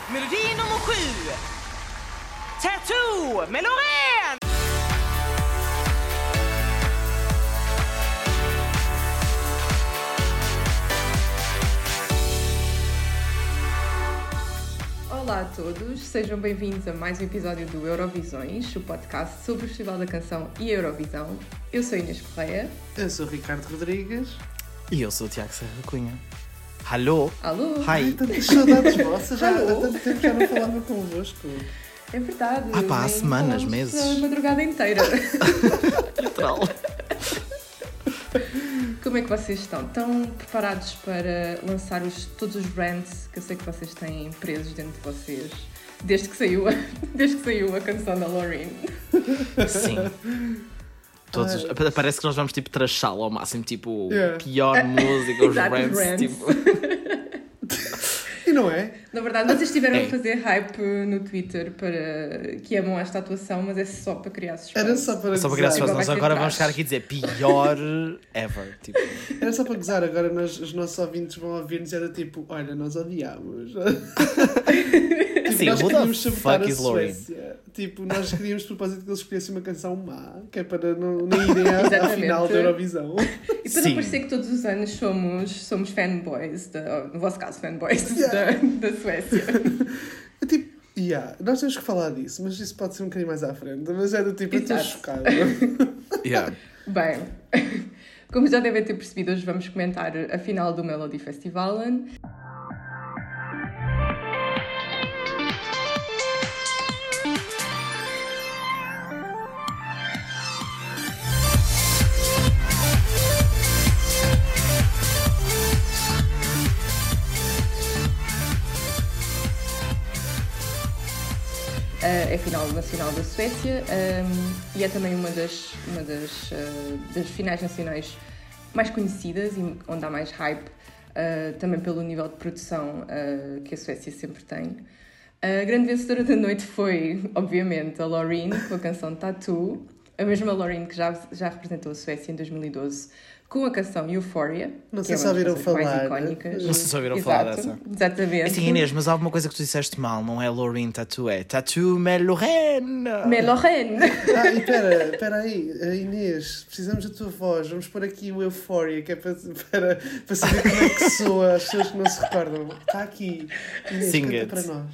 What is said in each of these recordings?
Melodi nummer 7. Tattoo med Loreen! Olá a todos, sejam bem-vindos a mais um episódio do Eurovisões, o podcast sobre o Festival da Canção e a Eurovisão. Eu sou Inês Correia. Eu sou o Ricardo Rodrigues. E eu sou o Tiago Serra Cunha. Alô? Alô? Hi! Tantas saudades vossas, já há tanto tempo já não falava convosco. É verdade. Há semanas, meses. A madrugada inteira. Literal. Como é que vocês estão? Estão preparados para lançar todos os brands que eu sei que vocês têm presos dentro de vocês? Desde que saiu a canção da Loreen. Sim. Todos, parece que nós vamos tipo trashá-lo ao máximo, tipo, Yeah. pior música, os Exato, brands, brands. tipo. E não é? Na verdade, vocês estiveram É. a fazer hype no Twitter para que amam esta atuação, mas é só para criar suspense. Era só para Só para gozar. criar Igual vai nós ser agora trash. vamos chegar aqui e dizer pior ever. Tipo, Era só para gozar. Agora os nossos ouvintes vão ouvir-nos e era tipo, olha, nós odiámos. sim, nós who the queríamos sabotar fuck a is Loreen? Suécia. Tipo, nós queríamos de propósito que eles escolhessem uma canção má, que é para não irem à Exatamente. final da Eurovisão. E para Sim. não parecer que todos os anos somos fanboys, no vosso caso, fanboys Yeah. da Suécia. É tipo, nós temos que falar disso, mas isso pode ser um bocadinho mais à frente. Mas era tipo, eu estou Exato. chocado. yeah. Bem, como já devem ter percebido, hoje vamos comentar a final do Melody Festivalen. É a final nacional da Suécia e é também uma das finais nacionais mais conhecidas e onde há mais hype, também pelo nível de produção que a Suécia sempre tem. A grande vencedora da noite foi, obviamente, a Loreen com a canção Tattoo, a mesma Loreen que já representou a Suécia em 2012 com a canção Euphoria, Não que sei é se uma das ouviram canções mais falar. icónicas. Não sei se ouviram falar Exato, dessa. Exatamente. Assim, Inês, mas há alguma coisa que tu disseste mal, não é Loreen Tattoo, é Tattoo mais Loreen. Mais Loreen! E espera aí, Inês, precisamos da tua voz. Vamos pôr aqui o Euphoria, que é para saber como é que soa as pessoas que não se recordam. Está aqui. Inês, Sing canta it. para nós.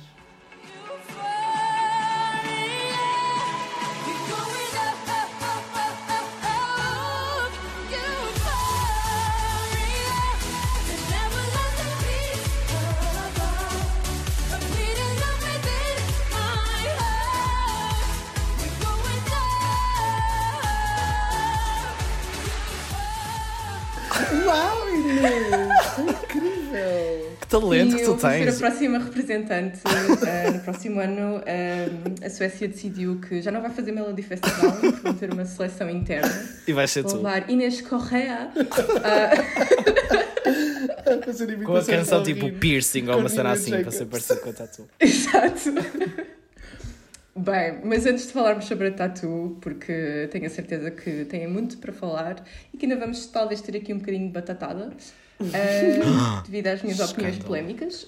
Uau, Inês! Incrível! Que talento E que eu tu vou ser a tens. próxima representante. No próximo ano, a Suécia decidiu que já não vai fazer Melody Festival, porque vão ter uma seleção interna. E vais ser Vou tu. levar Inês Correia. A fazer Com a imitações canção horríveis. tipo piercing ou uma cena Convenient assim, para Jacobs. ser parecido com a Tattoo. Exato. Bem, mas antes de falarmos sobre a Tattoo, porque tenho a certeza que têm muito para falar e que ainda vamos talvez ter aqui um bocadinho de batatada, devido às minhas opiniões Escândalo. polémicas.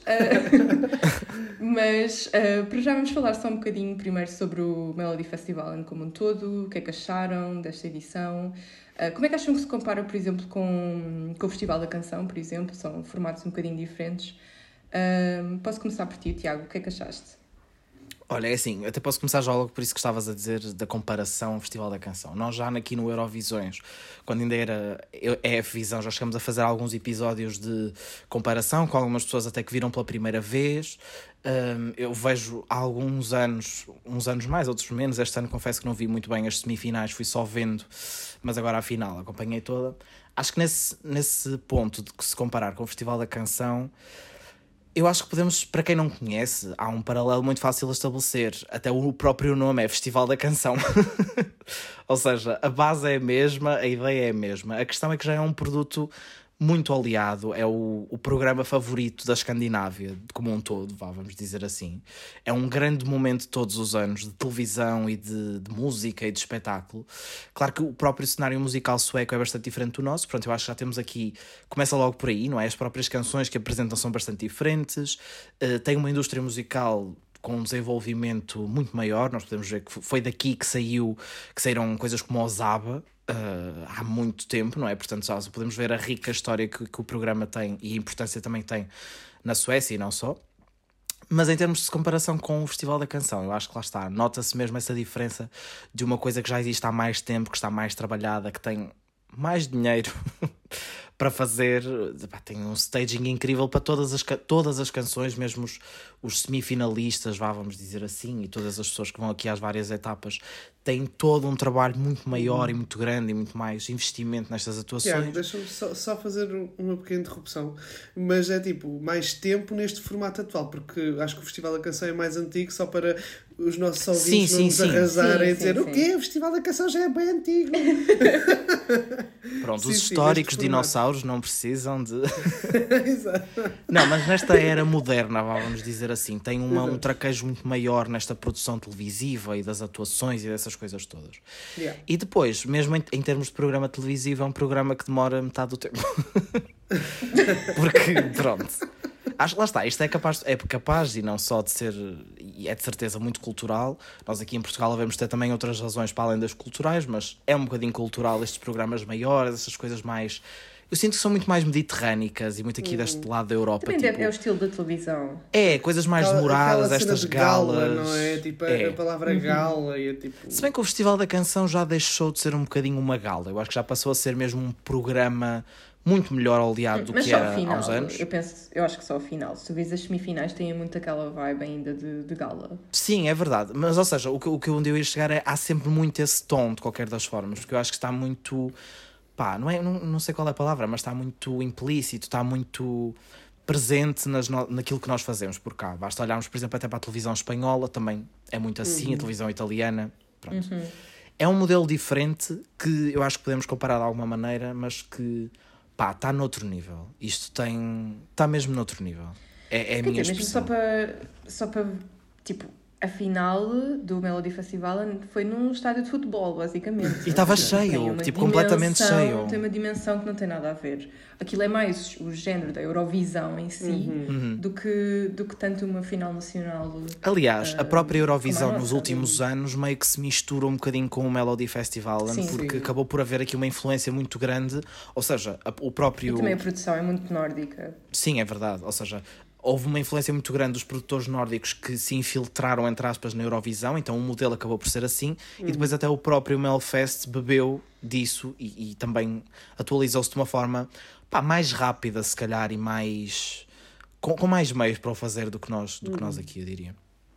Mas para já vamos falar só um bocadinho primeiro sobre o Melody Festival como um todo, o que é que acharam desta edição, como é que acham que se compara, por exemplo, com o Festival da Canção, por exemplo, são formatos um bocadinho diferentes. Posso começar por ti, Tiago, o que é que achaste? Olha, é assim, até posso começar já logo por isso que estavas a dizer da comparação ao Festival da Canção. Nós já aqui no Eurovisões, quando ainda era EF-Visão, já chegamos a fazer alguns episódios de comparação com algumas pessoas até que viram pela primeira vez. Eu vejo há alguns anos, uns anos mais, outros menos. Este ano confesso que não vi muito bem as semifinais, fui só vendo, mas agora a final acompanhei toda. Acho que nesse ponto de que se comparar com o Festival da Canção, eu acho que podemos, para quem não conhece, há um paralelo muito fácil a estabelecer. Até o próprio nome é Festival da Canção. Ou seja, a base é a mesma, a ideia é a mesma. A questão é que já é um produto muito aliado, é o programa favorito da Escandinávia, como um todo, vamos dizer assim. É um grande momento todos os anos de televisão e de música e de espetáculo. Claro que o próprio cenário musical sueco é bastante diferente do nosso, portanto eu acho que já temos aqui, começa logo por aí, não é? As próprias canções que apresentam são bastante diferentes, tem uma indústria musical com um desenvolvimento muito maior. Nós podemos ver que foi daqui que saíram coisas como o Zaba, há muito tempo, não é? Portanto, só podemos ver a rica história que o programa tem e a importância também tem na Suécia e não só. Mas em termos de comparação com o Festival da Canção, eu acho que lá está, nota-se mesmo essa diferença de uma coisa que já existe há mais tempo, que está mais trabalhada, que tem mais dinheiro para fazer, tem um staging incrível para todas as canções, mesmo os semifinalistas, vamos dizer assim, e todas as pessoas que vão aqui às várias etapas, têm todo um trabalho muito maior e muito grande e muito mais investimento nestas atuações. Tiago, deixa-me só fazer uma pequena interrupção, mas é tipo, mais tempo neste formato atual, porque acho que o Festival da Canção é mais antigo, só para os nossos ouvintes não nos arrasarem a dizer o quê? O Festival da Canção já é bem antigo. Pronto, os históricos dinossauros não precisam de... Exato. Não, mas nesta era moderna, vamos dizer assim, tem um traquejo muito maior nesta produção televisiva e das atuações e dessas coisas todas. Yeah. E depois, mesmo em termos de programa televisivo, é um programa que demora metade do tempo. Porque, pronto... Lá está, isto é capaz e não só de ser, e é de certeza muito cultural. Nós aqui em Portugal devemos ter também outras razões para além das culturais, mas é um bocadinho cultural estes programas maiores, essas coisas mais... Eu sinto que são muito mais mediterrânicas e muito aqui deste lado da Europa. Também tipo, é o estilo da televisão. É, coisas mais demoradas, estas galas. Gala, não é? Tipo, a palavra gala e é tipo... Se bem que o Festival da Canção já deixou de ser um bocadinho uma gala. Eu acho que já passou a ser mesmo um programa muito melhor oleado do que era há uns anos. Eu acho que só ao final. Se tu vês as semifinais, têm muito aquela vibe ainda de gala. Sim, é verdade. Mas, ou seja, onde eu ia chegar é há sempre muito esse tom, de qualquer das formas. Porque eu acho que está muito... não sei qual é a palavra, mas está muito implícito, está muito presente naquilo que nós fazemos por cá. Basta olharmos, por exemplo, até para a televisão espanhola, também é muito assim, a televisão italiana. Pronto. É um modelo diferente que eu acho que podemos comparar de alguma maneira, mas que... está noutro nível. Isto está mesmo noutro nível. É a minha expressão. Mesmo só para tipo, a final do Melody Festival foi num estádio de futebol, basicamente. E estava cheio, tipo, completamente cheio. Tem uma dimensão que não tem nada a ver. Aquilo é mais o género da Eurovisão em si do que tanto uma final nacional. Aliás, a própria Eurovisão nos últimos anos meio que se mistura um bocadinho com o Melody Festival, porque acabou por haver aqui uma influência muito grande, ou seja, o próprio... E também a produção é muito nórdica. Sim, é verdade, ou seja... Houve uma influência muito grande dos produtores nórdicos que se infiltraram, entre aspas, na Eurovisão, então o modelo acabou por ser assim, e depois até o próprio Melfest bebeu disso e também atualizou-se de uma forma mais rápida, se calhar, e mais... com mais meios para o fazer do que nós aqui, eu diria.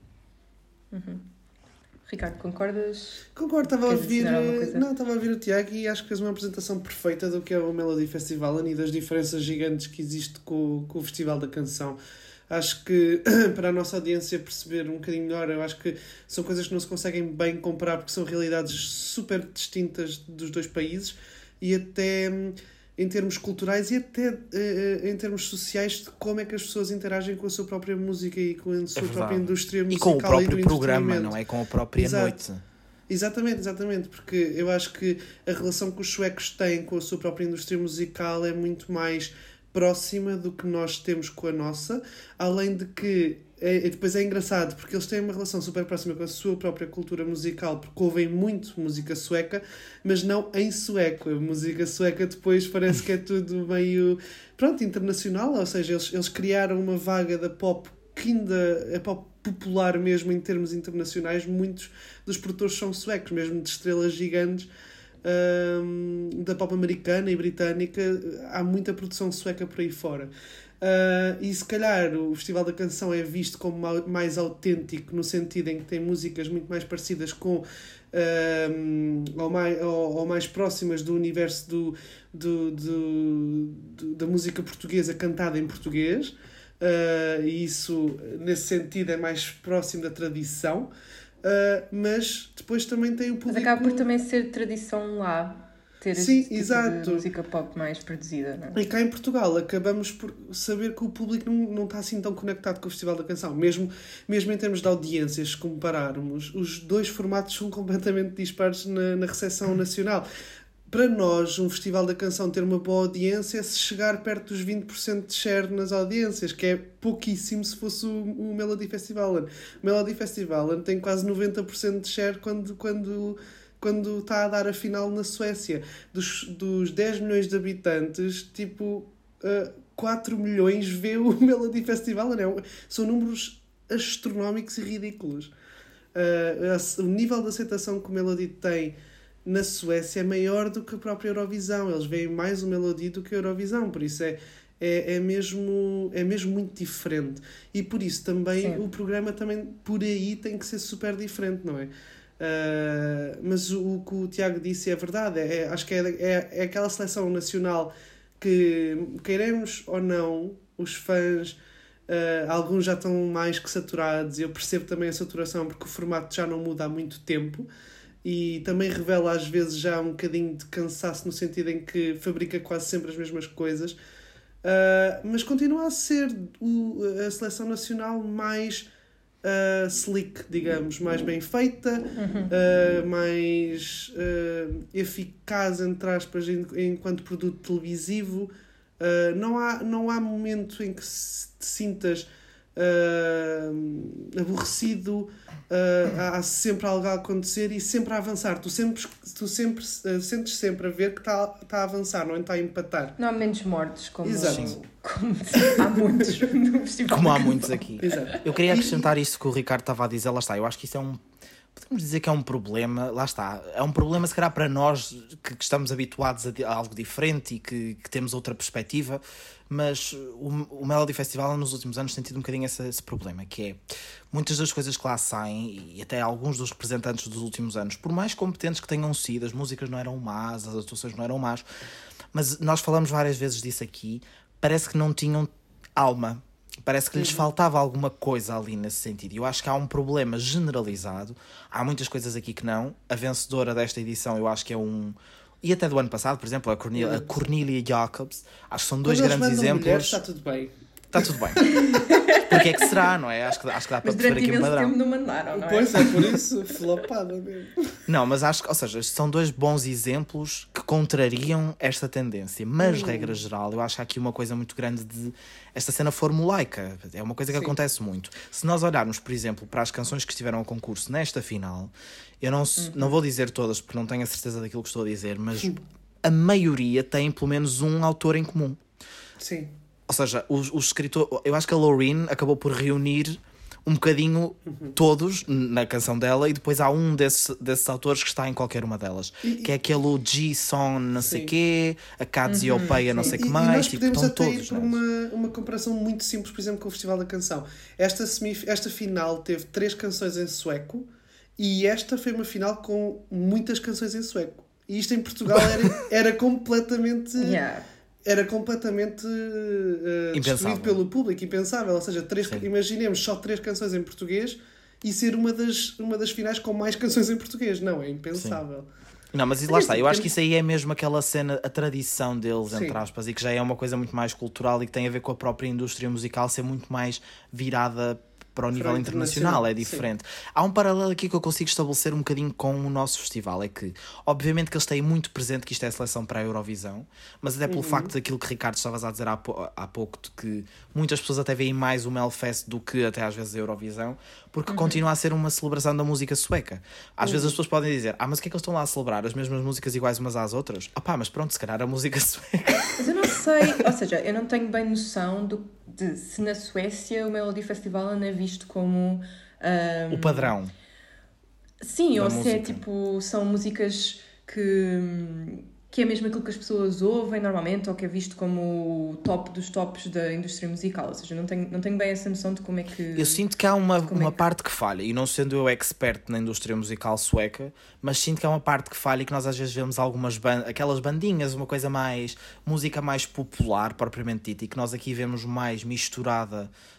Ricardo, concordas? Concordo, estava a ouvir o Tiago e acho que fez uma apresentação perfeita do que é o Melody Festival e das diferenças gigantes que existe com o Festival da Canção. Acho que, para a nossa audiência perceber um bocadinho melhor, eu acho que são coisas que não se conseguem bem comparar porque são realidades super distintas dos dois países e até em termos culturais e até em termos sociais de como é que as pessoas interagem com a sua própria música e com a sua própria indústria musical. E com o próprio programa, não é? Com a própria noite. Exatamente, porque eu acho que a relação que os suecos têm com a sua própria indústria musical é muito mais próxima do que nós temos com a nossa, além de que depois é engraçado porque eles têm uma relação super próxima com a sua própria cultura musical, porque ouvem muito música sueca, mas não em sueco. A música sueca depois parece que é tudo meio internacional, ou seja, eles criaram uma vaga da pop que ainda é pop popular mesmo em termos internacionais. Muitos dos produtores são suecos, mesmo de estrelas gigantes da pop americana e britânica. Há muita produção sueca por aí fora. E se calhar o Festival da Canção é visto como mais autêntico no sentido em que tem músicas muito mais parecidas com ou mais próximas do universo da música portuguesa cantada em português, e isso nesse sentido é mais próximo da tradição, mas depois também tem o público... Mas acaba por também ser tradição lá. ter Sim, este tipo exato. de música pop mais produzida, não é? E cá em Portugal acabamos por saber que o público não está assim tão conectado com o Festival da Canção. Mesmo em termos de audiências, se compararmos, os dois formatos são completamente dispares na recepção nacional. Para nós, um Festival da Canção ter uma boa audiência é se chegar perto dos 20% de share nas audiências, que é pouquíssimo se fosse o Melody Festival. O Melody Festival tem quase 90% de share quando está a dar a final na Suécia. Dos 10 milhões de habitantes, tipo, 4 milhões vê o Melody Festival. São números astronómicos e ridículos. O nível de aceitação que o Melody tem na Suécia é maior do que a própria Eurovisão. Eles veem mais o Melody do que a Eurovisão. Por isso é mesmo muito diferente. E por isso também Sim. o programa também por aí tem que ser super diferente, não é? Mas o que o Tiago disse é verdade. Acho que é aquela seleção nacional que, queiremos ou não, os fãs, alguns já estão mais que saturados, e eu percebo também a saturação porque o formato já não muda há muito tempo e também revela às vezes já um bocadinho de cansaço no sentido em que fabrica quase sempre as mesmas coisas, mas continua a ser a seleção nacional mais slick, digamos, mais bem feita, mais eficaz, entre aspas, enquanto produto televisivo. Não há momento em que te sintas aborrecido. Há sempre algo a acontecer e sempre a avançar. Tu sempre sentes sempre a ver que está a avançar, não está a empatar. Não há menos mortes como Exato. há muitos no festival. Como há muitos aqui. Exato. Eu queria acrescentar isto que o Ricardo estava a dizer, lá está, eu acho que isso é podemos dizer que é um problema, lá está, é um problema se calhar para nós que estamos habituados a algo diferente e que temos outra perspectiva, mas o Melody Festival nos últimos anos tem tido um bocadinho esse problema, que é muitas das coisas que lá saem, e até alguns dos representantes dos últimos anos, por mais competentes que tenham sido, as músicas não eram más, as atuações não eram más, mas nós falamos várias vezes disso aqui, parece que não tinham alma. Parece que lhes faltava alguma coisa ali nesse sentido. Eu acho que há um problema generalizado. Há muitas coisas aqui que não. A vencedora desta edição eu acho que é e até do ano passado, por exemplo, a Cornelia Jacobs. Acho que são dois grandes exemplos. Mulheres, está tudo bem. Está tudo bem. Porque é que será, não é? Acho que dá para Mas perceber durante aqui um imenso padrão. tempo não mandaram, não é? Pois é, por isso, flopada mesmo. Não, mas acho que, ou seja, são dois bons exemplos que contrariam esta tendência. Mas, regra geral, eu acho que há aqui uma coisa muito grande de esta cena formulaica. É uma coisa que acontece muito. Se nós olharmos, por exemplo, para as canções que estiveram ao concurso nesta final, eu não vou dizer todas porque não tenho a certeza daquilo que estou a dizer, mas a maioria tem pelo menos um autor em comum. Sim. Ou seja, os escritores, eu acho que a Loreen acabou por reunir um bocadinho todos na canção dela, e depois há um desses autores que está em qualquer uma delas, que é aquele G-Song não sei quê, a Cassiopeia não sei que mais, nós tipo, podemos estão até todos. ir por uma comparação muito simples, por exemplo, com o Festival da Canção. Esta final teve 3 canções em sueco e esta foi uma final com muitas canções em sueco. E isto em Portugal era completamente... Era completamente destruído pelo público, impensável. Ou seja, imaginemos só 3 canções em português e ser uma das finais com mais canções em português. Não, é impensável. Sim. Não, mas lá está, eu acho que isso aí é mesmo aquela cena, a tradição deles, entre aspas, e que já é uma coisa muito mais cultural e que tem a ver com a própria indústria musical ser muito mais virada para o nível internacional, é diferente. Sim. Há um paralelo aqui que eu consigo estabelecer um bocadinho com o nosso festival, é que, obviamente que eles têm muito presente que isto é a seleção para a Eurovisão, mas até pelo facto daquilo que Ricardo estavas a dizer há pouco, de que muitas pessoas até veem mais o Melfest do que até às vezes a Eurovisão, porque continua a ser uma celebração da música sueca. Às vezes as pessoas podem dizer, mas o que é que eles estão lá a celebrar? As mesmas músicas iguais umas às outras? Mas pronto, se calhar a música sueca. Mas eu não sei, ou seja, eu não tenho bem noção de se na Suécia o Melody Festival não é visto como... o padrão. Sim, ou se é tipo, são músicas que é mesmo aquilo que as pessoas ouvem normalmente, ou que é visto como o top dos tops da indústria musical. Ou seja, não tenho bem essa noção de como é que... Eu sinto que há uma parte que falha, e não sendo eu expert na indústria musical sueca, mas sinto que há uma parte que falha e que nós às vezes vemos aquelas bandinhas, uma coisa mais... música mais popular, propriamente dita, e que nós aqui vemos mais misturada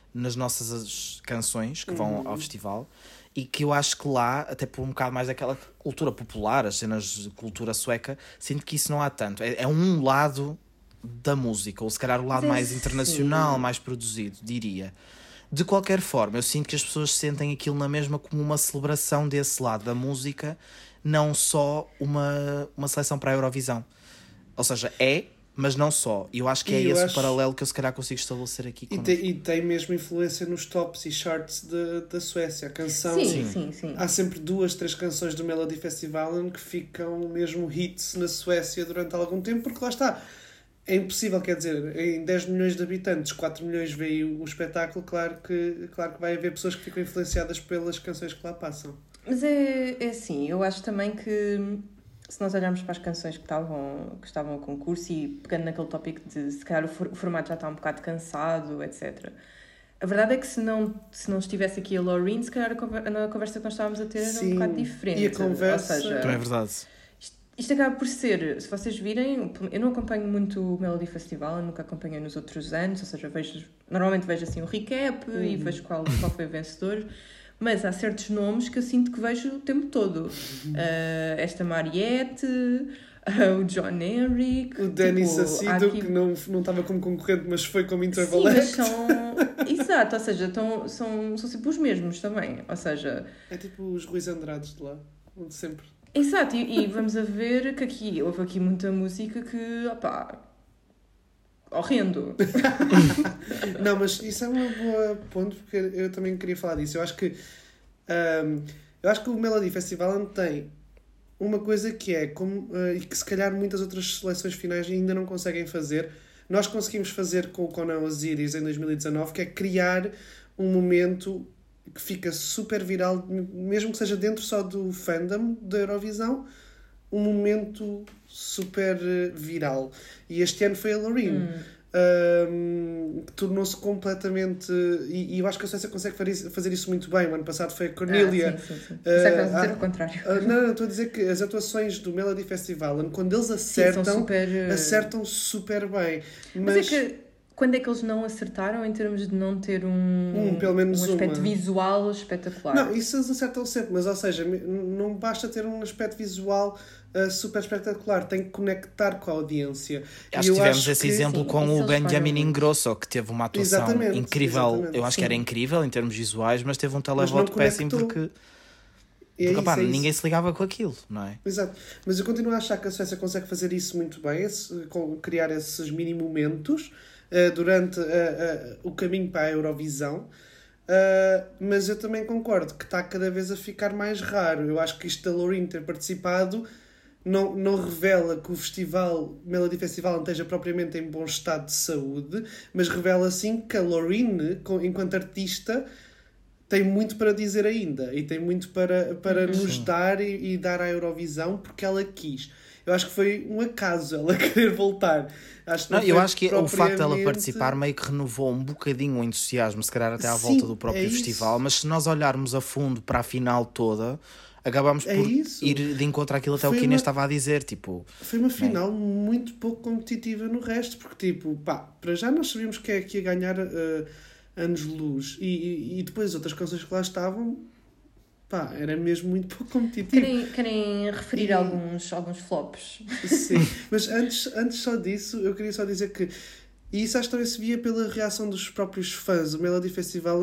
nas nossas canções que vão ao festival, e que eu acho que lá, até por um bocado mais daquela cultura popular, as cenas de cultura sueca, sinto que isso não há tanto. É um lado da música, ou se calhar o lado mais internacional, mais produzido, diria. De qualquer forma, eu sinto que as pessoas sentem aquilo na mesma como uma celebração desse lado da música, não só uma seleção para a Eurovisão. Ou seja, mas não só. E eu acho que o paralelo que eu se calhar consigo estabelecer aqui. E tem mesmo influência nos tops e charts da Suécia. A canção... Sim. Há sempre 2, 3 canções do Melody Festival que ficam mesmo hits na Suécia durante algum tempo, porque lá está. É impossível, quer dizer, em 10 milhões de habitantes, 4 milhões veem o espetáculo, claro que vai haver pessoas que ficam influenciadas pelas canções que lá passam. Mas é assim, eu acho também que se nós olharmos para as canções que estavam ao concurso e pegando naquele tópico de se calhar o formato já está um bocado cansado, etc. A verdade é que se não estivesse aqui a Loreen, se calhar a conversa que nós estávamos a ter era um bocado diferente. E a conversa... Ou seja, é verdade. Isto acaba por ser, se vocês virem, eu não acompanho muito o Melody Festival, eu nunca acompanhei nos outros anos, ou seja, normalmente vejo assim um recap e vejo qual foi o vencedor. Mas há certos nomes que eu sinto que vejo o tempo todo. Esta Mariette, o John Henrik... O Danny Sacido, aqui... que não estava como concorrente, mas foi como intervalante. Sim, mas exato, ou seja, são sempre os mesmos também. Ou seja... É tipo os Ruiz Andrades de lá, onde sempre... Exato, e vamos a ver que houve aqui muita música que, horrendo. Não, mas isso é uma boa ponto, porque eu também queria falar disso. Eu acho que o Melody Festival tem uma coisa que é e que se calhar muitas outras seleções finais ainda não conseguem fazer. Nós conseguimos fazer com o Conan Osiris em 2019, que é criar um momento que fica super viral, mesmo que seja dentro só do fandom da Eurovisão, um momento super viral. E este ano foi a Loreen. Que tornou-se completamente... E eu acho que a Suécia consegue fazer isso muito bem. O ano passado foi a Cornélia. Sim. Isso é que dizer o contrário. Não, estou a dizer que as atuações do Melody Festival, quando eles acertam, acertam super bem. Mas é que quando é que eles não acertaram em termos de não ter pelo menos um aspecto visual espetacular? Não, isso eles acertam sempre, mas ou seja, não basta ter um aspecto visual super espetacular, tem que conectar com a audiência. Acho que tivemos esse exemplo com o Benjamin Ingrosso, que teve uma atuação incrível. Eu acho que era incrível em termos visuais, mas teve um televoto péssimo porque ninguém se ligava com aquilo, não é? Exato. Mas eu continuo a achar que a Suécia consegue fazer isso muito bem, criar esses mini momentos durante o caminho para a Eurovisão. Mas eu também concordo que está cada vez a ficar mais raro. Eu acho que isto da Loreen ter participado não revela que o Melody Festival não esteja propriamente em bom estado de saúde, mas revela sim que a Loreen, enquanto artista, tem muito para dizer ainda e tem muito para nos dar e dar à Eurovisão, porque ela quis. Eu acho que foi um acaso ela querer voltar. Eu acho que o facto dela participar meio que renovou um bocadinho o entusiasmo, se calhar até à volta do próprio festival, mas se nós olharmos a fundo para a final toda, acabámos por ir de encontro àquilo até o que Inês estava a dizer. Foi uma final muito pouco competitiva no resto, porque para já nós sabíamos que ia ganhar anos-luz e depois as outras canções que lá estavam... era mesmo muito pouco competitivo. Querem referir alguns flops? Sim, mas antes só disso, eu queria só dizer que, e isso acho que também se via pela reação dos próprios fãs, o Melody Festival,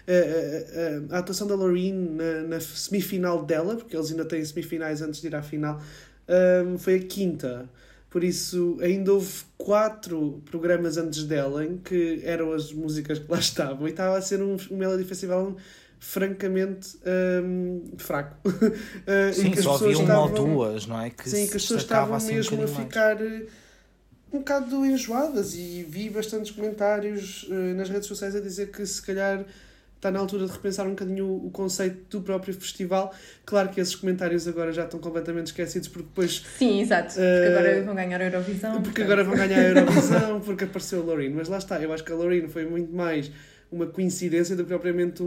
a atuação da Loreen na semifinal dela, porque eles ainda têm semifinais antes de ir à final, foi a quinta. Por isso, ainda houve 4 programas antes dela em que eram as músicas que lá estavam, e estava a ser um Melody Festival francamente fraco. Sim, só havia uma ou duas, não é? Que as pessoas estavam mesmo a ficar um bocado enjoadas, e vi bastantes comentários nas redes sociais a dizer que se calhar está na altura de repensar um bocadinho o conceito do próprio festival. Claro que esses comentários agora já estão completamente esquecidos, porque depois... Sim, exato, porque agora vão ganhar a Eurovisão. Agora vão ganhar a Eurovisão, porque apareceu a Loreen. Mas lá está, eu acho que a Loreen foi muito mais uma coincidência do que propriamente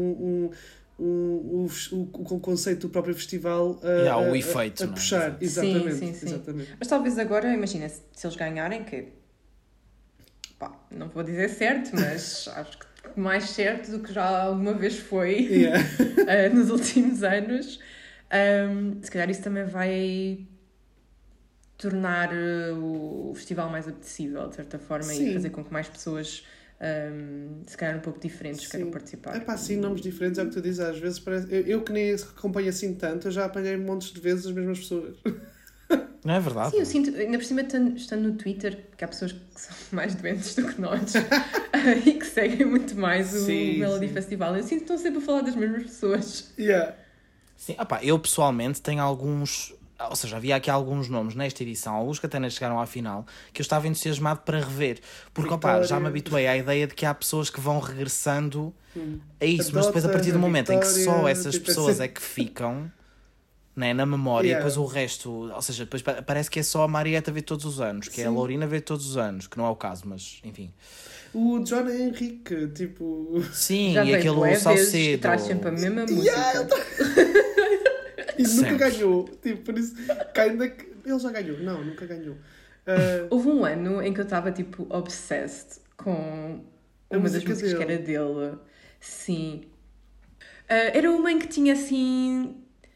o conceito do próprio festival o efeito, a puxar. Sim. Exatamente. Mas talvez agora, imagina, se eles ganharem, que não vou dizer certo, mas acho que mais certo do que já alguma vez foi Yeah. nos últimos anos. Se calhar isso também vai tornar o festival mais apetecível, de certa forma, Sim. e fazer com que mais pessoas, se calhar um pouco diferentes, queiram participar. É pá, sim, nomes diferentes, é o que tu dizes, às vezes parece... Eu que nem acompanho assim tanto, eu já apanhei montes de vezes as mesmas pessoas. Não é verdade? Sim, eu sinto, ainda por cima, estando no Twitter, que há pessoas que são mais doentes do que nós e que seguem muito mais o Sim, Melody sim. Festival. Eu sinto que estão sempre a falar das mesmas pessoas. Yeah. Sim, eu pessoalmente tenho alguns, ou seja, havia aqui alguns nomes nesta edição, alguns que até nem chegaram à final, que eu estava entusiasmado para rever, porque já me habituei à ideia de que há pessoas que vão regressando a isso, mas depois a partir do momento em que só essas tipo pessoas assim. é que ficam, né, na memória, Yeah. depois o resto, ou seja, depois parece que é só a Marieta ver todos os anos, que é a Sim. Lourina ver todos os anos, que não é o caso, mas enfim. O John Henrique, tipo... Sim, Já e veio aquele bué vezes e Salcedo. traz sempre a mesma música. Yeah, E nunca Sempre. ganhou. Tipo, por isso, ainda que... Ele já ganhou. Não, nunca ganhou. Houve um ano em que eu estava, tipo, obsessed com A uma das música músicas que dele. era dele. Sim. Era uma em que tinha, assim...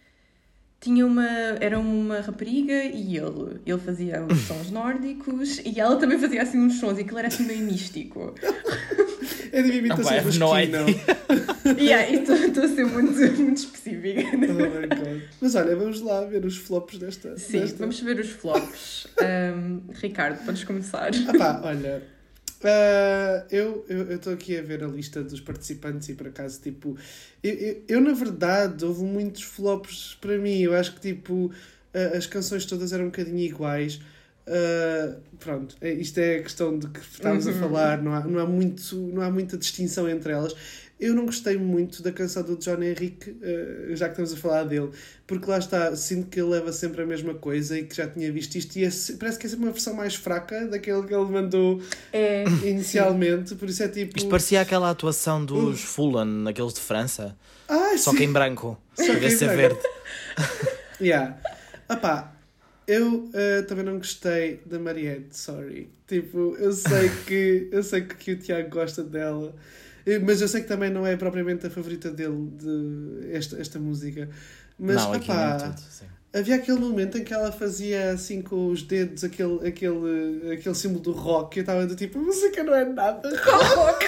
Era uma rapariga e ele. Ele fazia os sons nórdicos e ela também fazia, assim, uns sons. E aquilo era, assim, meio místico. É de uma imitação I do have no Esquino. E estou a ser muito específica. Oh my God. Mas olha, vamos lá ver os flops desta. Sim, vamos ver os flops. Ricardo, podes começar. Ah pá, olha, eu estou aqui a ver a lista dos participantes e por acaso, tipo, eu na verdade houve muitos flops para mim. Eu acho que, tipo, as canções todas eram um bocadinho iguais. Pronto, isto é a questão de que estávamos a falar, não há muita distinção entre elas. Eu não gostei muito da canção do John Henrique, já que estamos a falar dele, porque lá está, sinto que ele leva sempre a mesma coisa e que já tinha visto isto e parece que é sempre uma versão mais fraca daquele que ele mandou inicialmente, por isso é tipo... Isto parecia aquela atuação dos Fulan, aqueles de França, só sim. que em branco, Só em que vez em de ser branco. verde. Yeah. Eu também não gostei da Mariette, sorry. Tipo, eu sei que o Tiago gosta dela, mas eu sei que também não é propriamente a favorita dele esta música. Mas, Não, aqui nem tudo, sim. havia aquele momento em que ela fazia assim com os dedos aquele símbolo do rock e eu estava do tipo, a música não é nada rock.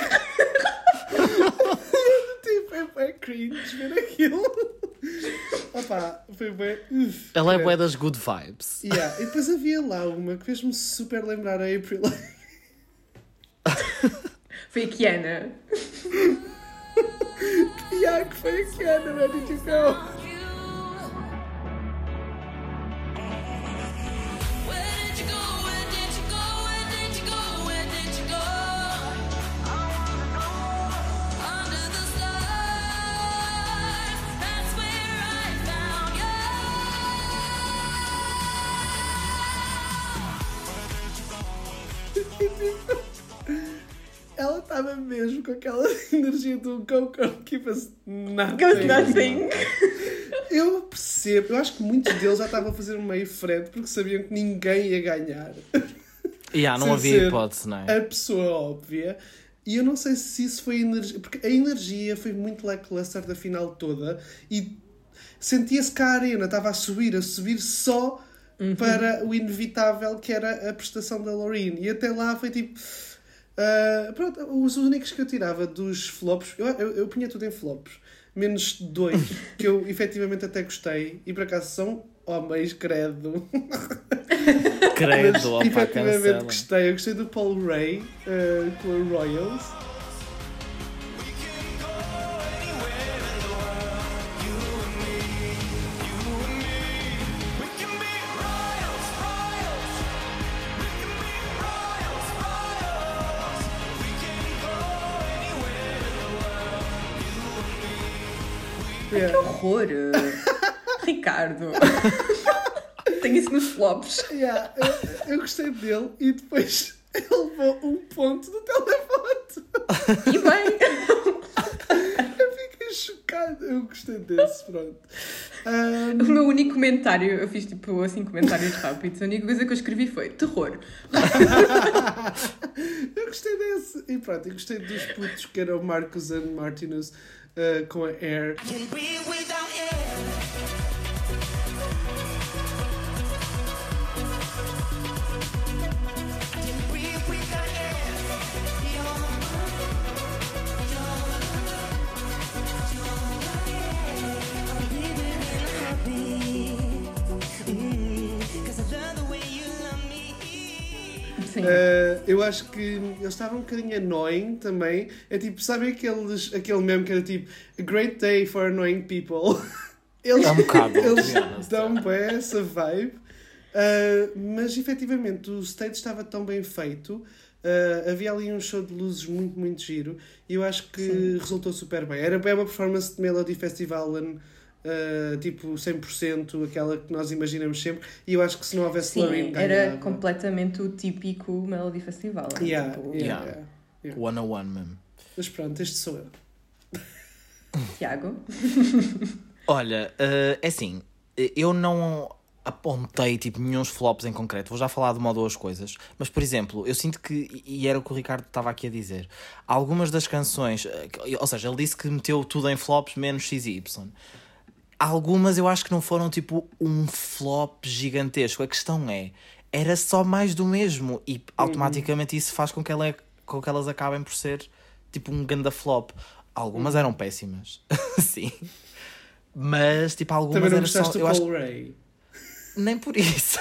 Tipo, é cringe ver aquilo. Foi bem... Ela é bué das good vibes. Yeah. E depois havia lá uma que fez-me super lembrar a April. Foi a Kiana. Yeah, que foi a Kiana, where did you go? Ela estava mesmo com aquela energia do Go Keep Us Nothing. Eu percebo, eu acho que muitos deles já estavam a fazer um meio frente porque sabiam que ninguém ia ganhar. Não Sem havia ser hipótese, não é? A pessoa óbvia. E eu não sei se isso foi energia, porque a energia foi muito lackluster da final toda e sentia-se que a arena estava a subir só para o inevitável que era a prestação da Loreen. E até lá foi tipo... pronto, os únicos que eu tirava dos flops, eu punha tudo em flops, menos 2 que eu efetivamente até gostei e por acaso são homens, credo. Credo, opa, Efetivamente cancela. gostei. Eu gostei do Paul Ray com a Royals. Que horror! Ricardo! Tenho isso nos flops. Yeah, eu gostei dele e depois ele levou um ponto do televoto. E bem! Eu fiquei chocado. Eu gostei desse, pronto. O meu único comentário, eu fiz tipo assim comentários rápidos, a única coisa que eu escrevi foi terror. Eu gostei desse. E pronto, eu gostei dos putos que eram Marcus and Martinus com a Air. Sim. Eu acho que eles estavam um bocadinho annoying também. É tipo, sabem aquele meme que era tipo A great day for annoying people? Eles, É um bocado, eles to be honest. dão bem essa vibe. Mas efetivamente o stage estava tão bem feito. Havia ali um show de luzes muito, muito giro. E eu acho que resultou super bem. Era bem uma performance de Melody Festival, tipo 100%, aquela que nós imaginamos sempre. E eu acho que se não houvesse Sim, Loreen, era ganhava. completamente o típico Melody Festival. Né? Yeah, Tipo, yeah, Yeah. yeah. 101 mesmo. Mas pronto, este sou eu. Tiago. Olha, é assim, eu não apontei tipo nenhum flops em concreto, vou já falar de uma ou duas coisas, mas por exemplo, eu sinto que, e era o que o Ricardo estava aqui a dizer, algumas das canções, ou seja, ele disse que meteu tudo em flops menos X e Y. Algumas eu acho que não foram tipo um flop gigantesco, a questão era só mais do mesmo e automaticamente isso faz com que elas acabem por ser tipo um ganda flop. Algumas eram péssimas, sim. Mas, tipo, algumas Também não eram só... gostaste do Eu acho Paul Ray? nem por isso.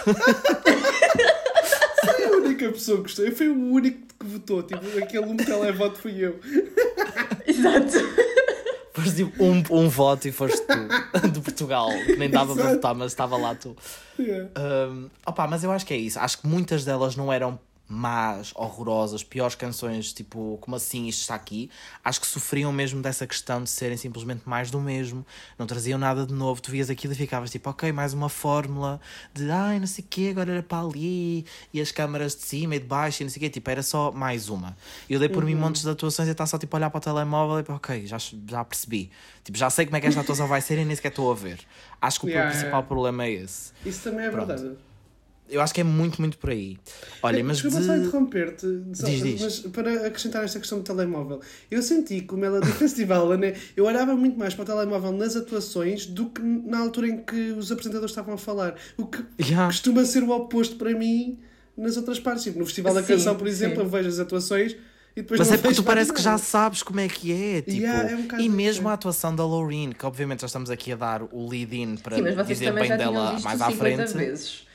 Foi a única pessoa que gostei. Foi o único que votou. Tipo, aquele televoto fui eu. Exato. Foste tipo um voto e foste tu, de Portugal, que nem dava para Exato. votar, mas estava lá tu. Yeah. Mas eu acho que é isso. Acho que muitas delas não eram más, horrorosas, piores canções, tipo, como assim isto está aqui. Acho que sofriam mesmo dessa questão de serem simplesmente mais do mesmo, não traziam nada de novo. Tu vias aquilo e ficavas tipo, ok, mais uma fórmula de ai, não sei o quê, agora era para ali, e as câmaras de cima e de baixo e não sei o quê, tipo, era só mais uma. Eu dei por mim montes de atuações e está só tipo a olhar para o telemóvel e ok, já percebi. Tipo, já sei como é que esta atuação vai ser e nem sequer estou a ver. Acho que o principal problema é esse. Isso também é Pronto. verdade. Eu acho que é muito, muito por aí. Olha, mas Desculpa só interromper-te, Diz. mas para acrescentar esta questão do telemóvel, eu senti que o Melody Festival, né, eu olhava muito mais para o telemóvel nas atuações do que na altura em que os apresentadores estavam a falar. O que costuma ser o oposto para mim nas outras partes. Tipo, no Festival da Canção, por exemplo, eu vejo as atuações e depois mas não é porque vejo tu parece mais que já nada. sabes como é que é, tipo, É um bocado e mesmo diferente. a atuação da Loreen, que obviamente já estamos aqui a dar o lead-in para Sim, mas vocês dizer também bem já tinham dela visto mais à 50 frente. vezes.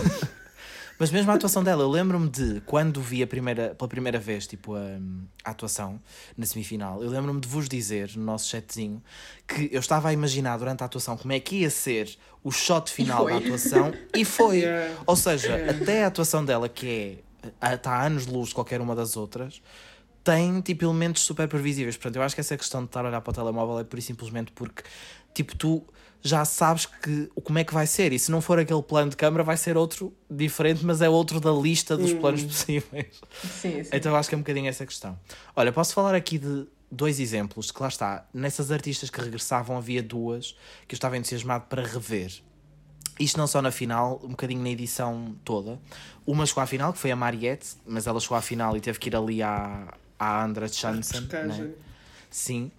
Mas mesmo a atuação dela, eu lembro-me de quando vi pela primeira vez tipo, a atuação na semifinal, eu lembro-me de vos dizer no nosso chatzinho que eu estava a imaginar durante a atuação como é que ia ser o shot final da atuação e foi. Yeah. Ou seja, até a atuação dela, que está a anos-luz de qualquer uma das outras, tem tipo elementos super previsíveis. Portanto, eu acho que essa questão de estar a olhar para o telemóvel é pura e simplesmente porque tipo, tu já sabes como é que vai ser, e se não for aquele plano de câmara vai ser outro diferente, mas é outro da lista dos planos possíveis. Sim. Então eu acho que é um bocadinho essa questão. Olha, posso falar aqui de 2 exemplos, que lá está, nessas artistas que regressavam havia 2 que eu estava entusiasmado para rever. Isto não só na final, um bocadinho na edição toda. Uma chegou à final, que foi a Mariette, mas ela chegou à final e teve que ir ali à Andra Chansen, né? Sim.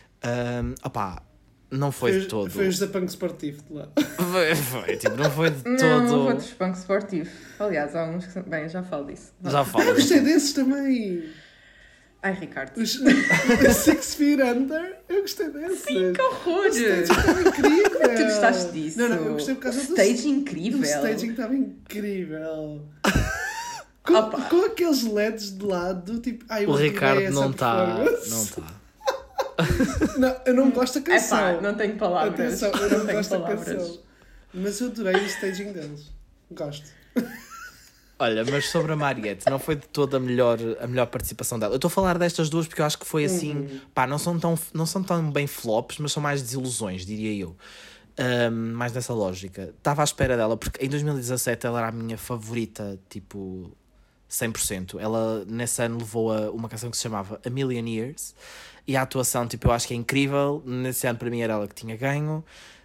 Não foi de todo. Foi o José Punk Sportivo de lá. Foi, tipo, não foi de Não, todo. outros bancos esportivos. Aliás, há uns que... Bem, já falo disso. Já falo. Eu gostei desses também. Ai, Ricardo. Os 6 Feet Under, eu gostei desses. Sim, que horror! Estava incrível. Tu gostaste disso? Não, eu gostei por causa do Stage incrível. O staging estava incrível. Com aqueles LEDs de lado, tipo... O Ricardo não está. Não está. Não, eu não gosto da canção. Epá, não tenho palavras. Atenção, eu não tenho gosto da palavras. canção. Mas eu adorei o staging deles. Gosto. Olha, mas sobre a Mariette, não foi de toda a melhor participação dela. Eu estou a falar destas duas porque eu acho que foi assim... não são tão bem flops, mas são mais desilusões, diria eu. Mais nessa lógica. Estava à espera dela, porque em 2017 ela era a minha favorita, tipo... 100%. Ela nesse ano levou uma canção que se chamava A Million Years e a atuação, tipo, eu acho que é incrível. Nesse ano para mim era ela que tinha ganho.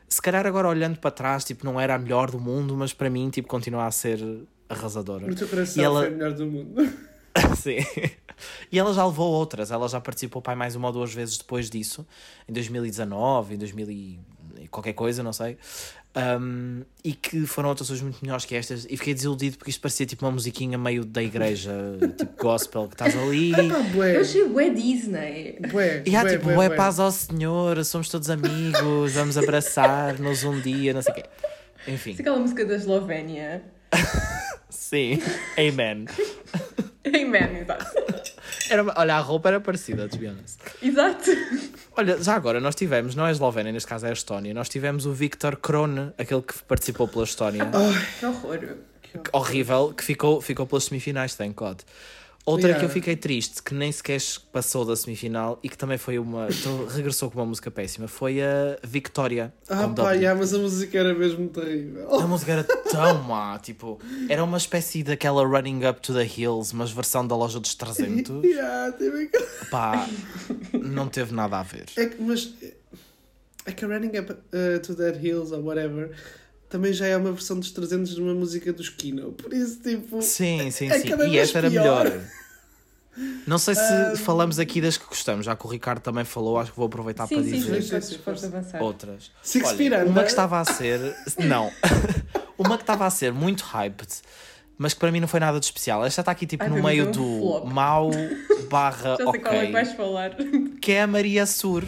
se calhar agora olhando para trás, tipo, não era a melhor do mundo, mas para mim, tipo, continua a ser arrasadora. No teu coração E ela... foi a melhor do mundo. Sim. E ela já levou outras, ela já participou pai, mais uma ou duas vezes depois disso, em 2019, em 2000 e qualquer coisa, não sei. E que foram outras coisas muito melhores que estas, e fiquei desiludido porque isto parecia tipo uma musiquinha meio da igreja, tipo gospel, que estás ali. Eu achei bué Disney. E há tipo, bué paz ao Senhor, somos todos amigos, vamos abraçar-nos um dia, não sei o quê. Enfim. Isso é aquela música da Eslovénia. Sim, amen. Amen, exato. Olha, a roupa era parecida, to be honest. Exato. Olha, já agora nós tivemos, não é a Eslovénia, neste caso é a Estónia, nós tivemos o Viktor Krone, aquele que participou pela Estónia. Que horror. Horrível, que ficou pelas semifinais, thank God. Outra que eu fiquei triste, que nem sequer passou da semifinal e que também foi regressou com uma música péssima, foi a Victoria. Mas a música era mesmo terrível. A música era tão má, tipo, era uma espécie daquela Running Up to the Hills, mas versão da loja dos 300. Pá, não teve nada a ver. É que a Running Up to the Hills or whatever também já é uma versão dos 300 de uma música dos Kino, por isso tipo... Sim. E esta era melhor. Não sei se falamos aqui das que gostamos, já que o Ricardo também falou, acho que vou aproveitar para dizer. Sim, podes avançar. Outras. Olha, uma que estava a ser... Não. Uma que estava a ser muito hyped, mas que para mim não foi nada de especial. Esta está aqui tipo no meio do mau barra já sei qual é que vais falar. Que é a Maria Sur.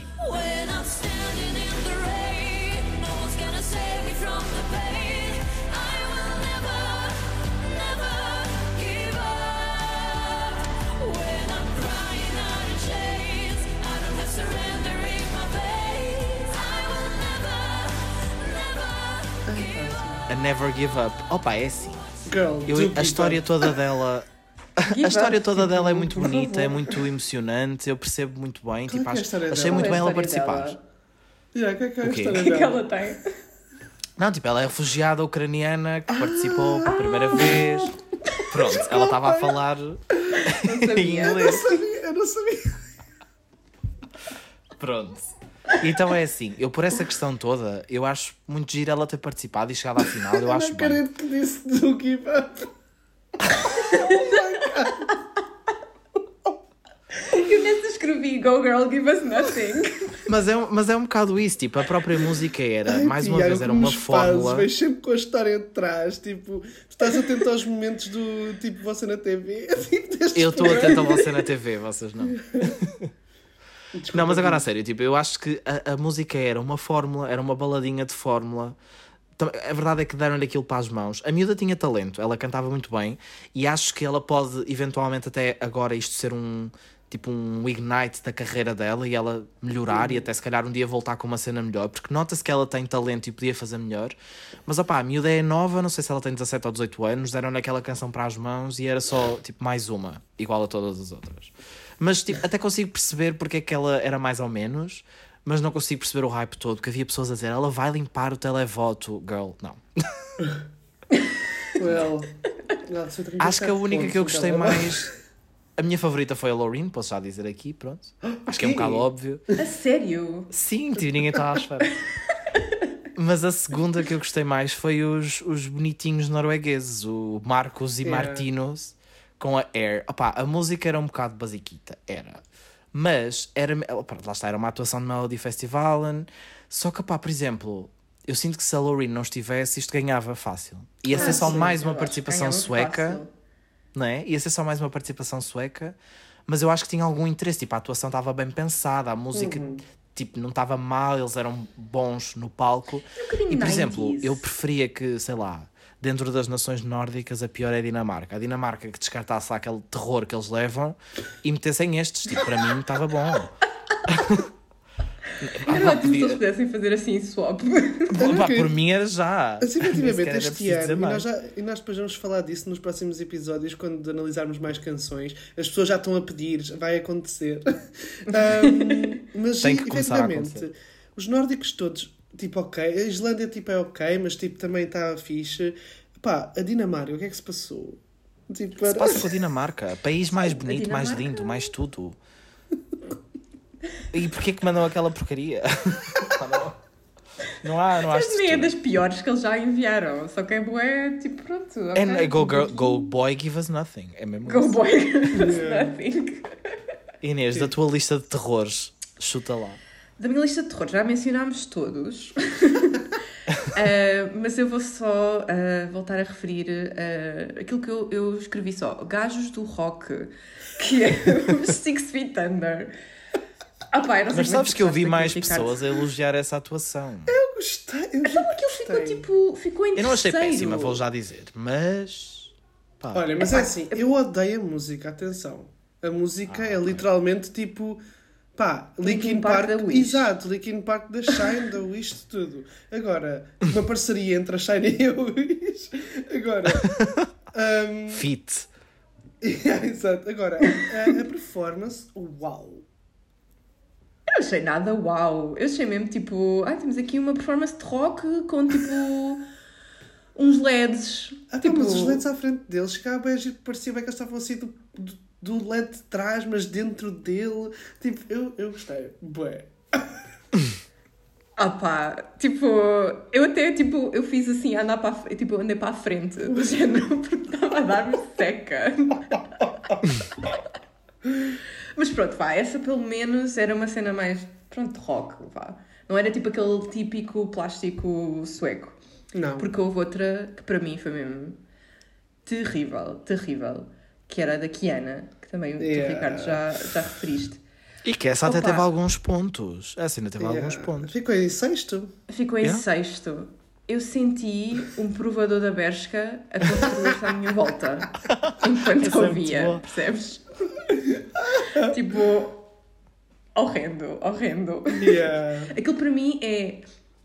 A Never Give Up. Opa, é assim. A história toda dela... A história toda dela é muito bonita, é muito emocionante, eu percebo muito bem. Tipo, achei muito bem ela participar. O que é que ela tem? Não, tipo, ela é refugiada ucraniana que participou pela primeira vez. Pronto, ela estava a falar em inglês. Eu não sabia. Pronto. Então é assim, eu por essa questão toda, eu acho muito giro ela ter participado e chegado à final, eu acho bem. Eu não acredito que disse do Give Up. Eu nem escrevi Go Girl, Give Us Nothing. Mas é um bocado isso, tipo, a própria música era, mais uma vez, era uma fórmula. Vais sempre com a história de trás, tipo, tu estás atento aos momentos do tipo você na TV. Eu estou atento a você na TV, vocês não. Desculpa, não, mas agora a sério, tipo, eu acho que a música era uma fórmula, era uma baladinha de fórmula. A verdade é que deram-lhe aquilo para as mãos. A miúda tinha talento, ela cantava muito bem e acho que ela pode eventualmente até agora isto ser um ignite da carreira dela e ela melhorar e até se calhar um dia voltar com uma cena melhor, porque nota-se que ela tem talento e podia fazer melhor. Mas opá, a miúda é nova, não sei se ela tem 17 ou 18 anos, deram-lhe aquela canção para as mãos e era só tipo mais uma, igual a todas as outras. Mas tipo, até consigo perceber porque é que ela era mais ou menos, mas não consigo perceber o hype todo, porque havia pessoas a dizer, ela vai limpar o televoto, girl. Não. Acho que a única que eu gostei mais... A minha favorita foi a Loreen, posso já dizer aqui, pronto. Acho que é um bocado óbvio. A sério? Sim, ninguém estava à espera. Mas a segunda que eu gostei mais foi os bonitinhos noruegueses, o Marcos e Martinos, com a Air. Opá, a música era um bocado basiquita, era. Mas, lá está, era uma atuação de Melody Festival. Só que, opá, por exemplo, eu sinto que se a Loreen não estivesse, isto ganhava fácil. Ia ser só mais uma participação sueca. Fácil. Não é? Ia ser só mais uma participação sueca, mas eu acho que tinha algum interesse, tipo, a atuação estava bem pensada, a música tipo, não estava mal, eles eram bons no palco. E, por exemplo, eu preferia que, sei lá, dentro das nações nórdicas, a pior é a Dinamarca. A Dinamarca que descartasse lá aquele terror que eles levam e metessem estes, tipo, para mim estava bom. Era ótimo se eles pudessem fazer assim swap. Por mim era já. Mas efetivamente este ano, e nós depois vamos falar disso nos próximos episódios, quando analisarmos mais canções. As pessoas já estão a pedir, vai acontecer. Mas tem que efetivamente, os nórdicos todos, tipo, ok. A Islândia tipo, é ok, mas tipo, também está fixe. Pá, a Dinamarca, o que é que se passou? Tipo, o que se passa com a Dinamarca? País mais bonito, mais lindo, mais tudo. E porquê que mandam aquela porcaria? Não há Mas nem é estrutura. das piores que eles já enviaram. Só que é bué, tipo, pronto. ok. And go, girl, go boy, give us nothing. É mesmo Go isso. boy. Yeah. Nothing. Inês, da tua lista de terrores, chuta lá. Da minha lista de terror, já mencionámos todos. Mas eu vou só voltar a referir aquilo que eu escrevi só. Gajos do rock, que é os Six Feet Under. Ah, pá, eu não sei Mas como é sabes que eu vi gostaste mais daquilo, Ricardo. pessoas a elogiar essa atuação. Eu gostei. Então aquilo ficou tipo. Ficou em Eu não achei terceiro. péssima, vou já dizer. Mas. Pá. Olha, mas é Epá, assim, eu odeio a música, atenção. A música é literalmente tipo. Pá, Linkin Park. da Wish. Exato, Linkin Park da Shine, da Wish, de tudo. Agora, uma parceria entre a Shine e a Wish. Agora. Fit. Yeah, exato. Agora, a performance, uau. Eu não achei nada uau. Eu achei mesmo tipo. Temos aqui uma performance de rock com tipo. uns LEDs. Tipo, mas os LEDs à frente deles, ficava bem, parecia bem que eles estavam assim do LED de trás, mas dentro dele. Tipo, eu gostei. Bué. Ah pá, tipo, eu até, tipo, eu fiz assim, andar para tipo, andei para a frente, do género, porque estava a dar-me seca. Mas pronto, vá, essa pelo menos era uma cena mais, pronto, de rock, vá. Não era tipo aquele típico plástico sueco. Não. Porque houve outra que para mim foi mesmo terrível, terrível, que era a da Kiana, que também tu, Ricardo, já referiste. E que essa até Opa. teve alguns pontos. Essa ainda teve alguns pontos. Ficou em sexto. Ficou em sexto. Eu senti um provador da Bershka a construir-se à minha volta enquanto Essa é muito ouvia, boa. percebes? Tipo, horrendo, horrendo. Yeah. Aquilo para mim é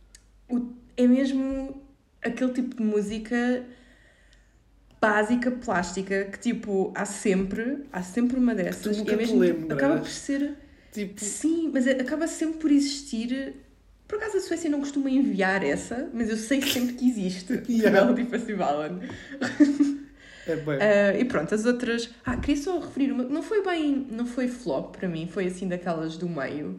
mesmo aquele tipo de música básica, plástica, que tipo, há sempre uma dessas. Tu nunca e é te mesmo, lembras. acaba por ser... Tipo, Sim, mas acaba sempre por existir. Por acaso a Suécia não costuma enviar essa, mas eu sei sempre que existe. Yeah. Melody Festivalen. é bem. E pronto, as outras. Queria só referir uma. Não foi flop para mim, foi assim daquelas do meio.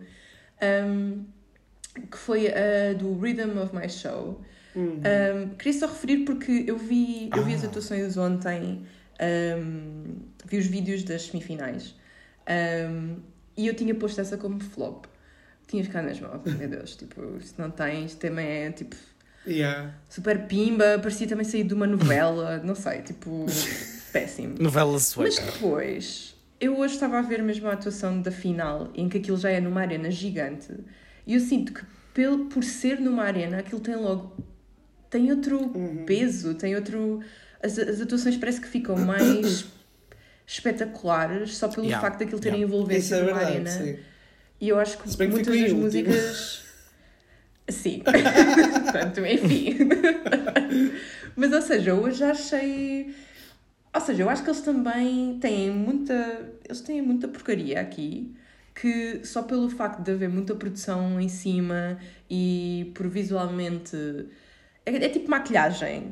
Que foi a do Rhythm of My Show. Queria só referir porque eu vi as atuações ontem, vi os vídeos das semifinais. E eu tinha posto essa como flop. Tinha ficado mesmo, oh meu Deus, tipo, isto não tem, isto também é tipo Yeah. super pimba, parecia também sair de uma novela, não sei, tipo, péssimo. Novela Mas sueca. depois, eu hoje estava a ver mesmo a atuação da final, em que aquilo já é numa arena gigante, e eu sinto que por ser numa arena, aquilo tem outro peso, tem outro... As atuações parece que ficam mais espetaculares só pelo facto daquilo terem Isso envolvência é numa verdade, arena. sim. E eu acho que Se bem que muitas ficou das em último. músicas... Sim. Portanto, enfim. Mas, ou seja, eu já achei... Ou seja, eu acho que eles também têm muita... Eles têm muita porcaria aqui, que só pelo facto de haver muita produção em cima e por visualmente... É tipo maquilhagem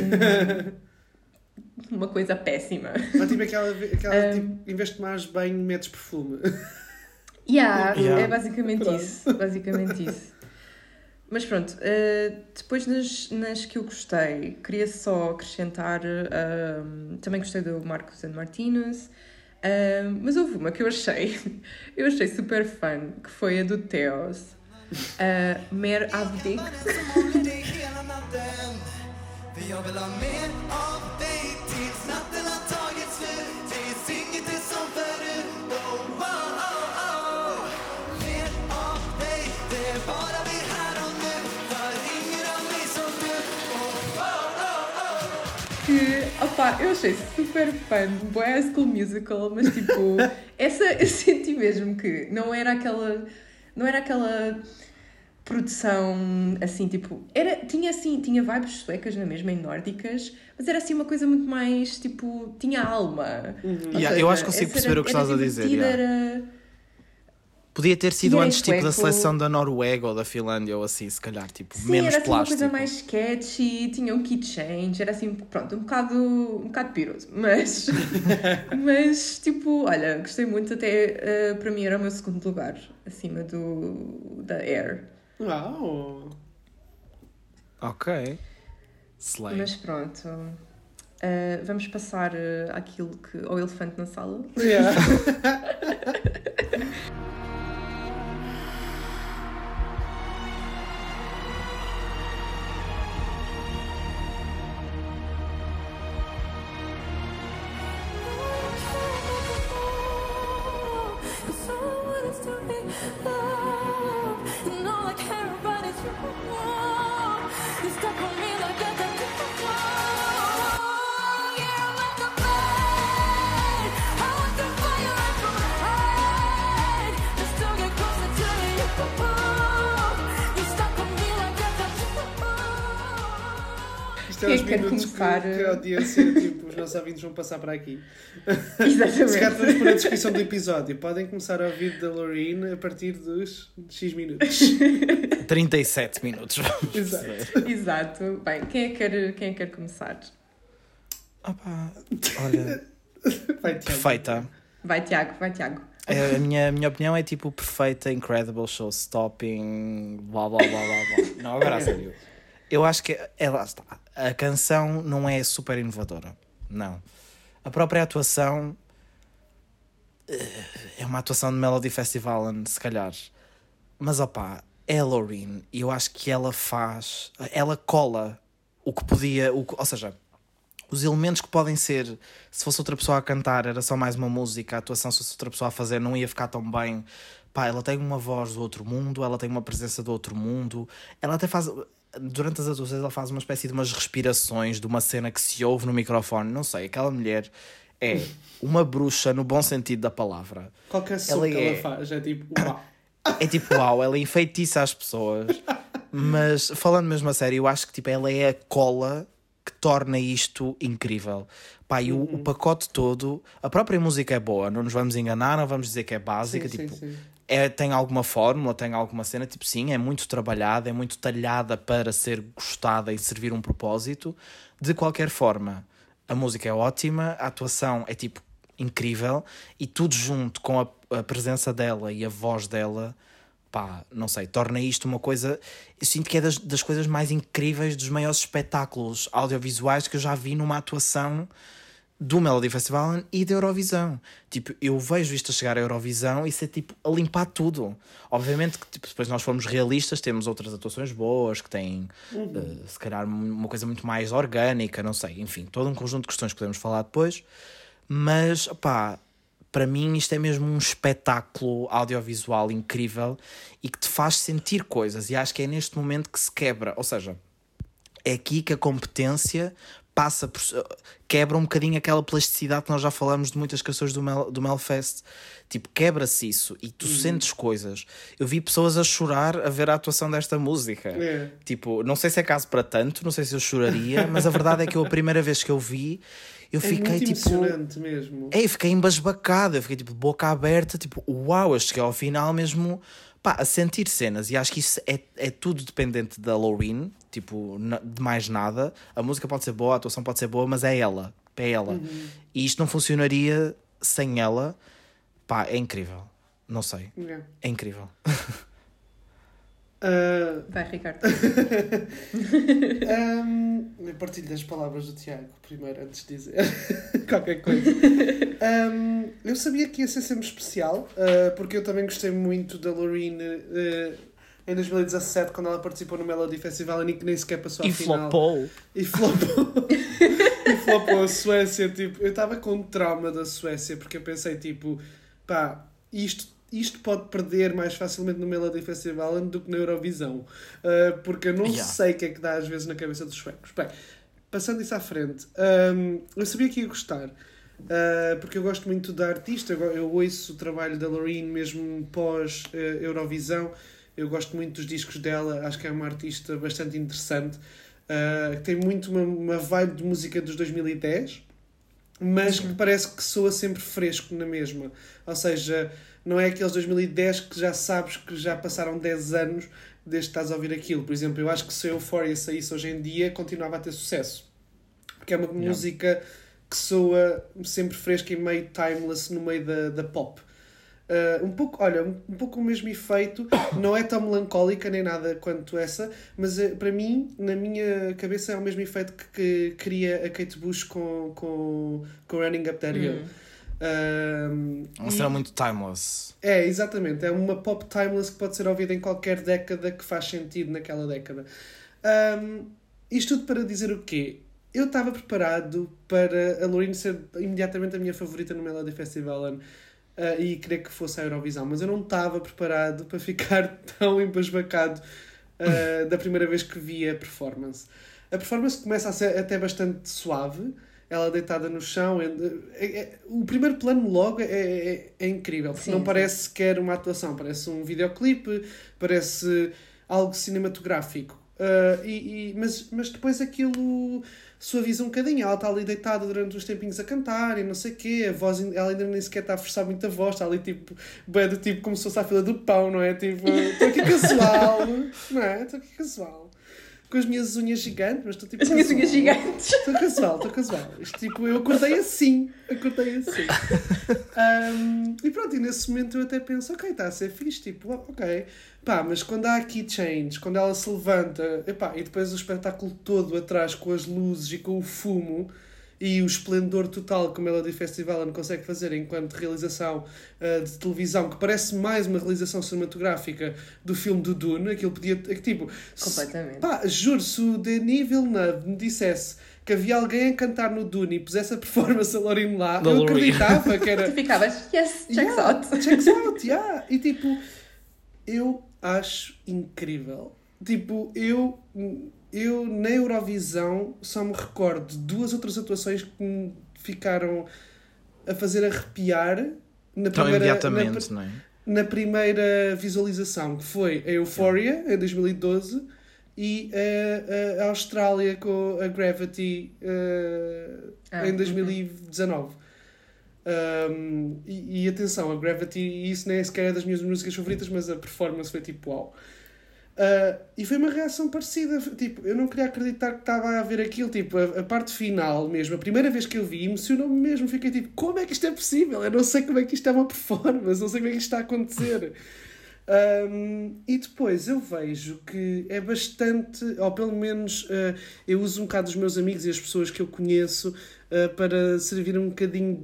numa coisa péssima. Mas tipo aquela tipo, em vez de tomares banho, metes perfume. Yeah, Yeah. é basicamente Pronto. isso. Basicamente isso. Mas pronto, depois nas que eu gostei, queria só acrescentar, também gostei do Marcos and Martinez, mas houve uma que eu achei super fun, que foi a do Theos, Mer Avdik. Vi har väl ha mer av dig tills natten har tagit slut. Det finns inget är som förut. Oh, oh, oh, oh. Mer av dig, det är bara vi här och nu. För ingen av mig som du. Oh, oh, oh, oh. Que, opá, eu achei super fun, boa High School Musical, mas tipo, essa eu senti mesmo que não era aquela produção assim, tipo, tinha vibes suecas na mesma, em nórdicas, mas era assim uma coisa muito mais, tipo, tinha alma. Ou Yeah, seja, eu acho que consigo essa perceber o que estás a dizer, divertida, yeah. era... Podia ter sido E era antes tipo da sueco. seleção da Noruega ou da Finlândia ou assim, se calhar, tipo, Sim, menos era assim plástico. uma coisa mais sketchy, tinha um key change, era assim, pronto, um bocado piroso, mas mas tipo, olha, gostei muito, até para mim era o meu segundo lugar, acima da Air. Uau! Ok. Slay. Mas pronto. Vamos passar àquilo que... ao elefante na sala. Yeah. Isto é Quem os é que quer minutos começar? que a audiência, tipo, os nossos ouvintes vão passar para aqui. Exatamente. Se calhar vamos pôr a descrição do episódio. Podem começar a ouvir da Loreen a partir dos X minutos. 37 minutos. Exato. Exato. Bem, quem é que quer começar? Opa, olha, Vai, Tiago. perfeita. Vai, Tiago. A minha opinião é tipo perfeita, incredible, show-stopping, blá blá blá blá blá. Não, agora a sério. Eu acho que lá está. A canção não é super inovadora. Não. A própria atuação é uma atuação de Melody Festival, se calhar. Mas opá, é a Loreen e eu acho que ela cola o que podia, ou seja, os elementos que podem ser, se fosse outra pessoa a cantar, era só mais uma música, a atuação, se fosse outra pessoa a fazer, não ia ficar tão bem. Pá, ela tem uma voz do outro mundo, ela tem uma presença do outro mundo, ela até faz, durante as atuações, ela faz uma espécie de umas respirações de uma cena que se ouve no microfone, não sei, aquela mulher é uma bruxa no bom sentido da palavra. Qualquer som que ela faz é tipo, uau. É tipo, uau, ela enfeitiça as pessoas. Mas, falando mesmo a sério, eu acho que tipo, ela é a cola que torna isto incrível. Pá, e o pacote todo, a própria música é boa, não nos vamos enganar, não vamos dizer que é básica, Sim, tipo, sim. tem alguma fórmula, tem alguma cena, tipo, sim, é muito trabalhada, é muito talhada para ser gostada e servir um propósito. De qualquer forma, a música é ótima, a atuação é tipo incrível e tudo junto com a presença dela e a voz dela, pá, não sei, torna isto uma coisa, eu sinto que é das coisas mais incríveis, dos maiores espetáculos audiovisuais que eu já vi numa atuação do Melody Festival e da Eurovisão. Tipo, eu vejo isto a chegar à Eurovisão e ser tipo a limpar tudo. Obviamente que tipo, depois nós formos realistas, temos outras atuações boas que têm se calhar uma coisa muito mais orgânica, não sei, enfim, todo um conjunto de questões que podemos falar depois, mas pá, para mim isto é mesmo um espetáculo audiovisual incrível e que te faz sentir coisas, e acho que é neste momento que se quebra, ou seja, é aqui que a competência quebra um bocadinho aquela plasticidade que nós já falamos de muitas canções do Melfest. Tipo, quebra-se isso e tu sentes coisas. Eu vi pessoas a chorar a ver a atuação desta música. Tipo, não sei se é caso para tanto, não sei se eu choraria, mas a verdade é que a primeira vez que eu vi, eu fiquei muito tipo... emocionante mesmo. Eu fiquei embasbacado, eu fiquei tipo de boca aberta, tipo, uau, eu cheguei ao final mesmo, pá, a sentir cenas, e acho que isso é tudo dependente da Loreen, tipo, de mais nada. A música pode ser boa, a atuação pode ser boa, mas é ela. E isto não funcionaria sem ela. Pá, é incrível. Não sei. É incrível. Vai, Ricardo. Eu partilho das palavras do Tiago primeiro, antes de dizer qualquer coisa. Eu sabia que ia ser sempre especial, porque eu também gostei muito da Loreen em 2017, quando ela participou no Melody Festival e que nem sequer passou à final. E flopou. E flopou a Suécia. Tipo, eu estava com trauma da Suécia, porque eu pensei, tipo, pá, isto pode perder mais facilmente no Melody Festival do que na Eurovisão. Porque eu não sei o que é que dá às vezes na cabeça dos suecos. Bem, passando isso à frente, eu sabia que ia gostar. Porque eu gosto muito da artista, eu ouço o trabalho da Loreen mesmo pós-Eurovisão. Eu gosto muito dos discos dela, acho que é uma artista bastante interessante, que tem muito uma vibe de música dos 2010, mas que parece que soa sempre fresco na mesma. Ou seja, não é aqueles 2010 que já sabes que já passaram 10 anos desde que estás a ouvir aquilo. Por exemplo, eu acho que se a Euphoria saísse hoje em dia, continuava a ter sucesso. Porque é uma música que soa sempre fresca e meio timeless no meio da pop. Um pouco, olha, um pouco o mesmo efeito, não é tão melancólica nem nada quanto essa, mas para mim, na minha cabeça, é o mesmo efeito que cria a Kate Bush com Running Up That Hill. Uma cena muito timeless. É, exatamente, é uma pop timeless que pode ser ouvida em qualquer década que faz sentido naquela década. Isto tudo para dizer o quê? Eu estava preparado para a Loreen ser imediatamente a minha favorita no Melody Festival e querer que fosse a Eurovisão, mas eu não estava preparado para ficar tão embasbacado da primeira vez que vi a performance. A performance começa a ser até bastante suave, ela deitada no chão. O primeiro plano logo é incrível, porque não parece sequer uma atuação, parece um videoclipe, parece algo cinematográfico. Mas depois aquilo suaviza um bocadinho, ela está ali deitada durante uns tempinhos a cantar e não sei o quê, a voz, ela ainda nem sequer está a forçar muito a voz, está ali tipo, bem do tipo como se fosse à fila do pão, não é? Tipo, estou aqui casual, não é? Estou aqui casual. Com as minhas unhas gigantes, mas estou tipo As minhas unhas gigantes. Estou casual. Isto, tipo, eu acordei assim. E pronto, e nesse momento eu até penso, ok, está a ser fixe, tipo, ok. Pá, mas quando há aqui change, quando ela se levanta, epá, e depois o espetáculo todo atrás com as luzes e com o fumo e o esplendor total que o Melody Festival não consegue fazer enquanto realização de televisão, que parece mais uma realização cinematográfica do filme do Dune, aquilo podia... Tipo, Completamente. Pá, juro, se o Denis Villeneuve me dissesse que havia alguém a cantar no Dune e pusesse a performance a Loreen lá, eu acreditava que era... Tu ficavas, yes, checks out. Checks out, yeah. E tipo, eu acho incrível. Tipo, eu na Eurovisão só me recordo de 2 outras atuações que me ficaram a fazer arrepiar imediatamente, não é? Na primeira visualização, que foi a Euphoria, em 2012, e a Austrália com a Gravity em 2019. E atenção, a Gravity, isso nem sequer é das minhas músicas favoritas, mas a performance foi tipo uau. E foi uma reação parecida, tipo, eu não queria acreditar que estava a ver aquilo, tipo, a parte final mesmo, a primeira vez que eu vi, emocionou-me mesmo, fiquei tipo, como é que isto é possível? Eu não sei como é que isto é uma performance, não sei como é que isto está a acontecer. E depois eu vejo que é bastante, ou pelo menos eu uso um bocado os meus amigos e as pessoas que eu conheço para servir um bocadinho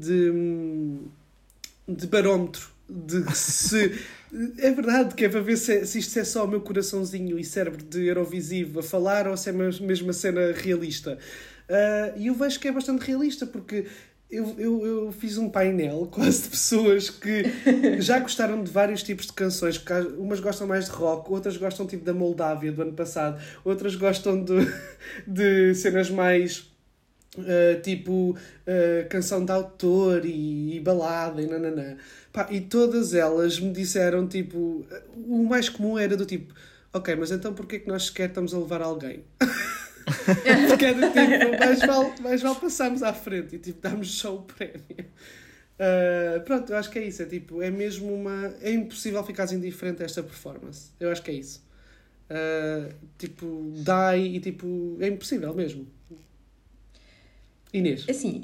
de barómetro, de se... É verdade que é para ver se isto é só o meu coraçãozinho e cérebro de Eurovisivo a falar ou se é mesmo a cena realista. E eu vejo que é bastante realista, porque eu fiz um painel quase de pessoas que já gostaram de vários tipos de canções, porque umas gostam mais de rock, outras gostam tipo da Moldávia do ano passado, outras gostam de cenas mais... tipo canção de autor e balada e nananã. Pá, e todas elas me disseram tipo, o mais comum era do tipo, ok, mas então porquê que nós sequer estamos a levar alguém? Porque era tipo, mais vale passarmos à frente e tipo, darmos só o prémio. Pronto, eu acho que é isso, é tipo, é mesmo é impossível ficares indiferente a esta performance, eu acho que é isso. Tipo, dai e tipo, é impossível mesmo. Inês. Assim,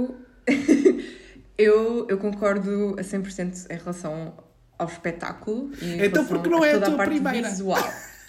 eu concordo a 100% em relação ao espetáculo e em então porque não é toda a tua parte primeira visual.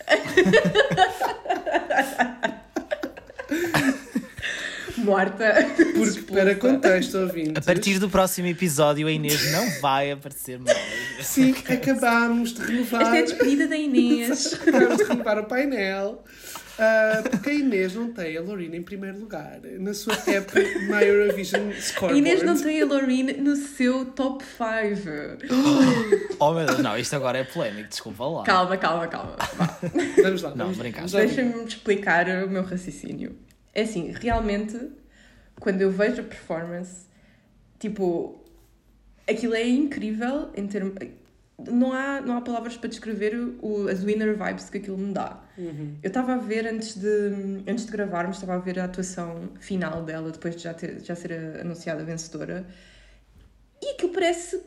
Morta. Porque, para contexto, ouvintes... A partir do próximo episódio a Inês não vai aparecer mais. Sim, acabámos de renovar... Esta é a despedida da Inês. Acabámos de renovar o painel. Porque a Inês não tem a Loreen em primeiro lugar na sua app My Eurovision Scoreboard. A Inês não tem a Loreen no seu top 5. Oh meu Deus, não, isto agora é polémico, desculpa lá. Calma. Vá. Vamos lá. Não, brincar. Deixa-me explicar o meu raciocínio. É assim, realmente, quando eu vejo a performance, tipo, aquilo é incrível em termos... Não há palavras para descrever as winner vibes que aquilo me dá. Uhum. Eu estava a ver, antes de gravarmos, estava a ver a atuação final dela, depois de já ser anunciada a vencedora. E aquilo parece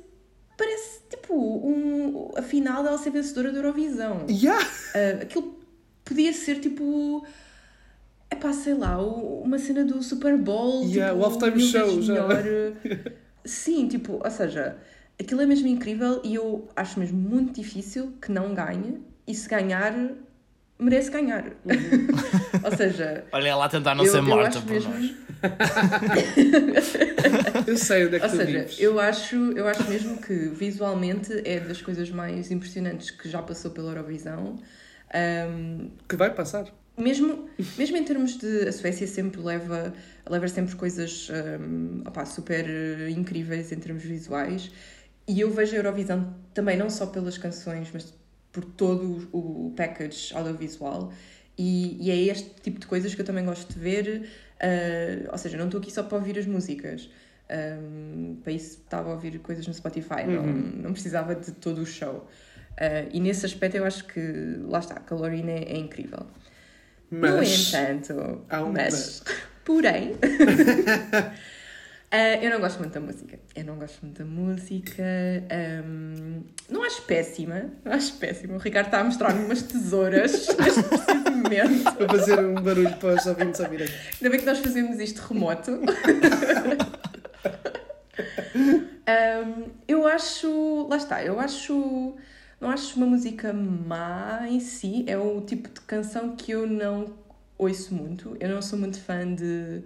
tipo, a final dela ser vencedora da Eurovisão. Yeah. Aquilo podia ser, tipo... sei lá, uma cena do Super Bowl. Yeah, tipo, o halftime show, já. melhor. Sim, tipo, ou seja... aquilo é mesmo incrível e eu acho mesmo muito difícil que não ganhe, e se ganhar, merece ganhar. Ou seja... Olha lá a tentar não ser eu morta acho por mesmo... nós. Eu sei onde é que Ou tu seja, vives. eu acho mesmo que visualmente é das coisas mais impressionantes que já passou pela Eurovisão. Que vai passar. Mesmo em termos de... A Suécia sempre leva sempre coisas super incríveis em termos visuais. E eu vejo a Eurovisão também não só pelas canções, mas por todo o package audiovisual. E é este tipo de coisas que eu também gosto de ver. Ou seja, não estou aqui só para ouvir as músicas. Para isso estava a ouvir coisas no Spotify. Não precisava de todo o show. E nesse aspecto eu acho que... Lá está, a Loreen é incrível. Mas... No entanto... Há um mas. Porém... eu não gosto muito da música. Não acho péssima. O Ricardo está a mostrar-me umas tesouras neste preciso momento. Vou fazer um barulho para os ouvintes ouvirem. Ainda bem que nós fazemos isto remoto. Eu acho... Lá está. Não acho uma música má em si. É o tipo de canção que eu não ouço muito. Eu não sou muito fã de...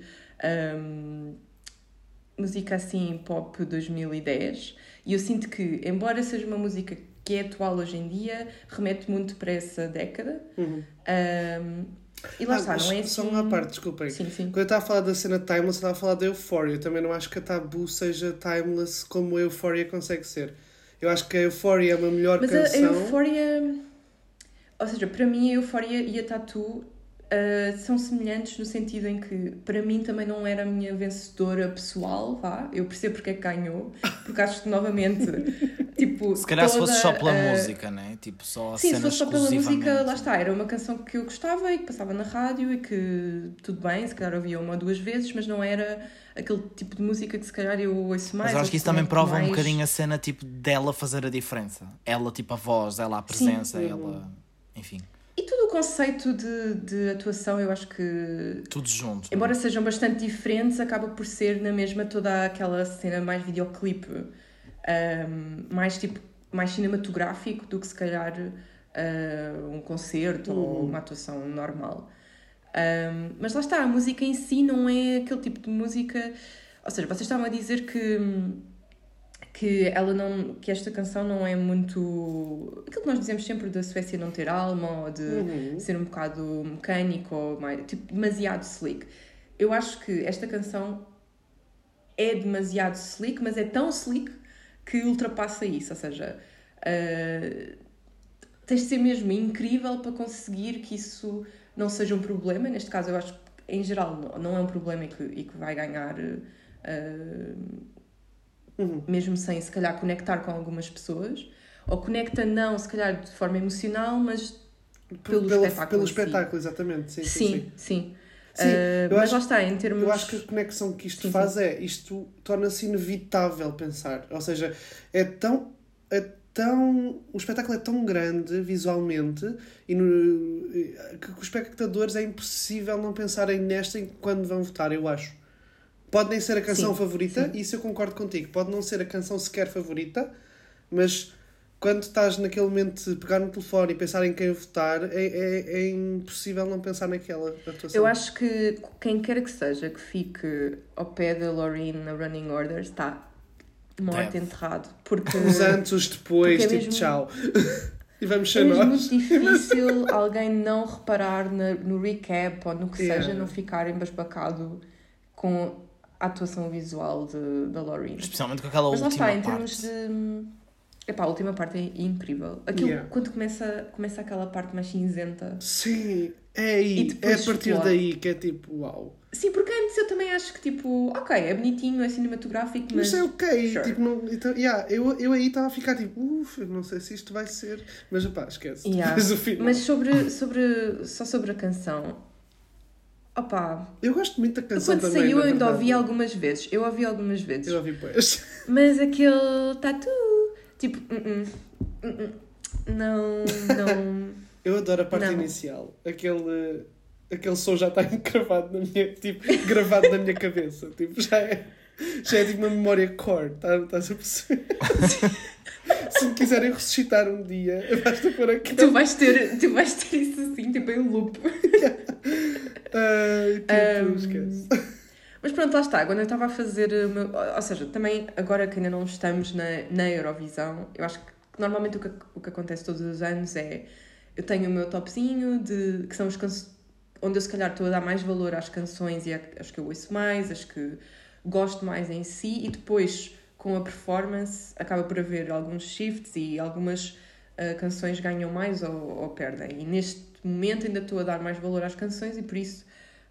música assim pop 2010, e eu sinto que, embora seja uma música que é atual hoje em dia, remete muito para essa década. E lá está, não é assim... Só uma parte, desculpem. Sim. Quando eu estava a falar da cena timeless, eu estava a falar da Euphoria. Eu também não acho que a Tabu seja timeless como a Euphoria consegue ser. Eu acho que a Euphoria é uma melhor Mas canção. a Euphoria... Ou seja, para mim a Euphoria e a Tattoo são semelhantes no sentido em que, para mim, também não era a minha vencedora pessoal, vá. Eu percebo porque é que ganhou, porque acho que, novamente, tipo... Se calhar se fosse só pela música, né? Tipo, só a Sim, cena se fosse só pela música, exclusivamente. lá está. Era uma canção que eu gostava e que passava na rádio e que, tudo bem, se calhar ouvia uma ou duas vezes, mas não era aquele tipo de música que, se calhar, eu ouço mais. Mas eu acho que isso também prova um bocadinho a cena, tipo, dela fazer a diferença. Ela, tipo, a voz, ela a presença, ela... Enfim. E todo o conceito de atuação, eu acho que... Tudo junto. Embora sejam bastante diferentes, acaba por ser na mesma toda aquela cena mais videoclipe, mais cinematográfico do que se calhar um concerto ou uma atuação normal. Mas lá está, a música em si não é aquele tipo de música... Ou seja, vocês estavam a dizer que esta canção não é muito... Aquilo que nós dizemos sempre da Suécia não ter alma, ou de ser um bocado mecânico, ou mais, tipo, demasiado slick. Eu acho que esta canção é demasiado slick, mas é tão slick que ultrapassa isso. Ou seja, tens de ser mesmo incrível para conseguir que isso não seja um problema. Neste caso, eu acho que, em geral, não é um problema e que vai ganhar... mesmo sem, se calhar, conectar com algumas pessoas, ou conecta não, se calhar, de forma emocional, mas pelo espetáculo, exatamente. Sim. Mas lá está, em termos... Eu acho que a conexão que isto faz isto torna-se inevitável pensar. Ou seja, o espetáculo é tão grande visualmente que os espectadores é impossível não pensarem nesta quando vão votar, eu acho. Pode nem ser a canção favorita, isso eu concordo contigo. Pode não ser a canção sequer favorita, mas quando estás naquele momento de pegar no telefone e pensar em quem votar, é impossível não pensar naquela atuação. Eu acho que quem quer que seja que fique ao pé da Loreen na Running Order está morto, enterrado. Porque, os antes, os depois, tipo mesmo... tchau. E vamos é ser mesmo nós. muito difícil alguém não reparar no recap ou no que seja, não ficar embasbacado com a atuação visual da Loreen. Especialmente com aquela última parte. Mas lá está, em termos de... a última parte é incrível. Aquilo, quando começa aquela parte mais cinzenta. Sim, é aí. É a partir daí que é tipo, uau. Sim, porque antes eu também acho que tipo, ok, é bonitinho, é cinematográfico, mas... Mas é ok, sure. tipo, não, então, eu aí estava a ficar tipo, não sei se isto vai ser... Mas, pá, esquece. Depois o final. Mas só sobre a canção... Opa, eu gosto muito da canção quando também. Quando saiu eu ainda ouvi algumas vezes. Eu ouvi, pois. Mas aquele tatu, tipo, não. Eu adoro a parte inicial. Aquele som já está gravado na minha cabeça. Tipo, já é. Já é tipo uma memória core, estás a perceber? Se me quiserem ressuscitar um dia, basta pôr aqui. Tu vais ter isso assim, tipo em loop. Esquece. Mas pronto, lá está. Quando eu estava a fazer o meu... Ou seja, também agora que ainda não estamos na Eurovisão, eu acho que normalmente o que acontece todos os anos é... Eu tenho o meu topzinho, que são onde eu se calhar estou a dar mais valor às canções e às que eu ouço mais, as que gosto mais em si, e depois, com a performance, acaba por haver alguns shifts e algumas canções ganham mais ou perdem. E neste momento ainda estou a dar mais valor às canções e por isso...